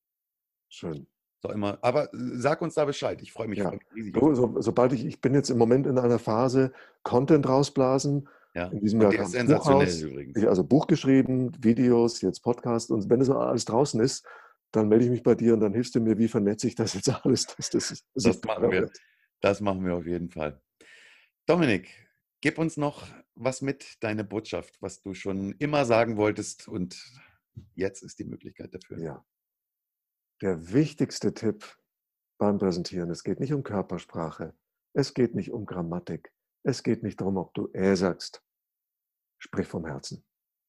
Schön. So immer. Aber sag uns da Bescheid. Ich freue mich, Ja. freue mich riesig auf Du, das. so, sobald ich, ich bin jetzt im Moment in einer Phase, Content rausblasen. Ja. In diesem Und Jahr der kam ist das Buch sensationell raus. übrigens. Ich also Buch geschrieben, Videos, jetzt Podcast. Und wenn das alles draußen ist, dann melde ich mich bei dir und dann hilfst du mir, wie vernetze ich das jetzt alles, dass das Das sichtbarer machen wir. wird. Das machen wir auf jeden Fall. Dominik, gib uns noch was mit, deine Botschaft, was du schon immer sagen wolltest und jetzt ist die Möglichkeit dafür. Ja. Der wichtigste Tipp beim Präsentieren, es geht nicht um Körpersprache, es geht nicht um Grammatik, es geht nicht darum, ob du äh sagst. Sprich vom Herzen.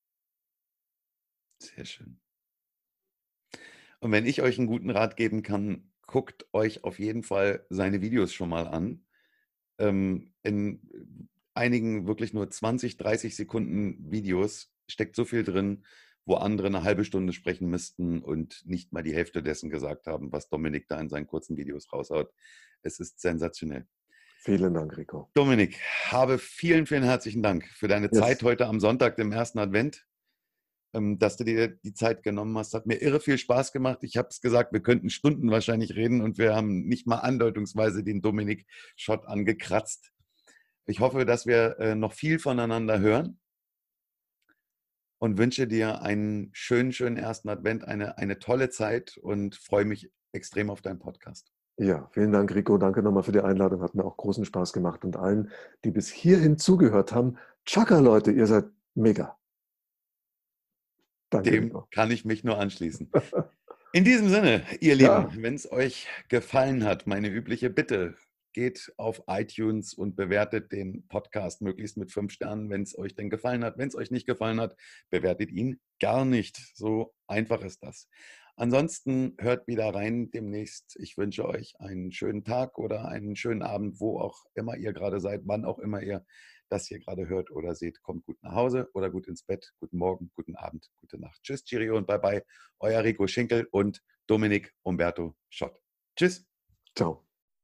Sehr schön. Und wenn ich euch einen guten Rat geben kann, guckt euch auf jeden Fall seine Videos schon mal an. Ähm, in einigen wirklich nur zwanzig, dreißig Sekunden Videos steckt so viel drin, wo andere eine halbe Stunde sprechen müssten und nicht mal die Hälfte dessen gesagt haben, was Dominik da in seinen kurzen Videos raushaut. Es ist sensationell. Vielen Dank, Rico. Dominik, habe vielen, vielen herzlichen Dank für deine Yes. Zeit heute am Sonntag, dem ersten Advent, dass du dir die Zeit genommen hast. Hat mir irre viel Spaß gemacht. Ich habe es gesagt, wir könnten Stunden wahrscheinlich reden und wir haben nicht mal andeutungsweise den Dominik Schott angekratzt. Ich hoffe, dass wir noch viel voneinander hören und wünsche dir einen schönen, schönen ersten Advent, eine, eine tolle Zeit und freue mich extrem auf deinen Podcast. Ja, vielen Dank, Rico. Danke nochmal für die Einladung. Hat mir auch großen Spaß gemacht. Und allen, die bis hierhin zugehört haben, Chaka, Leute, ihr seid mega. Danke, Dem Rico. kann ich mich nur anschließen. In diesem Sinne, ihr Ja. Lieben, wenn es euch gefallen hat, meine übliche Bitte, geht auf iTunes und bewertet den Podcast möglichst mit fünf Sternen, wenn es euch denn gefallen hat. Wenn es euch nicht gefallen hat, bewertet ihn gar nicht. So einfach ist das. Ansonsten hört wieder rein demnächst. Ich wünsche euch einen schönen Tag oder einen schönen Abend, wo auch immer ihr gerade seid, wann auch immer ihr das hier gerade hört oder seht, kommt gut nach Hause oder gut ins Bett. Guten Morgen, guten Abend, gute Nacht. Tschüss, Cheerio und bye-bye. Euer Rico Schinkel und Dominik Umberto Schott. Tschüss. Ciao.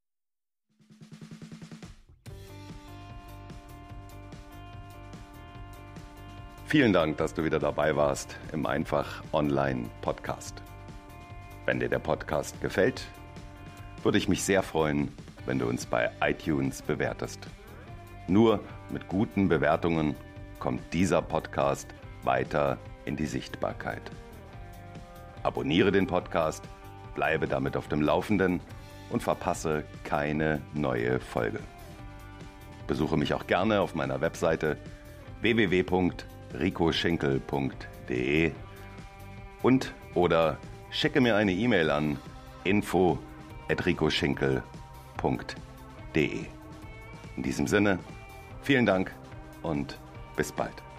Vielen Dank, dass du wieder dabei warst im Einfach Online Podcast. Wenn dir der Podcast gefällt, würde ich mich sehr freuen, wenn du uns bei iTunes bewertest. Nur mit guten Bewertungen kommt dieser Podcast weiter in die Sichtbarkeit. Abonniere den Podcast, bleibe damit auf dem Laufenden und verpasse keine neue Folge. Besuche mich auch gerne auf meiner Webseite w w w punkt rico schinkel punkt de und oder schicke mir eine E-Mail an info at rico schinkel punkt de. In diesem Sinne, vielen Dank und bis bald.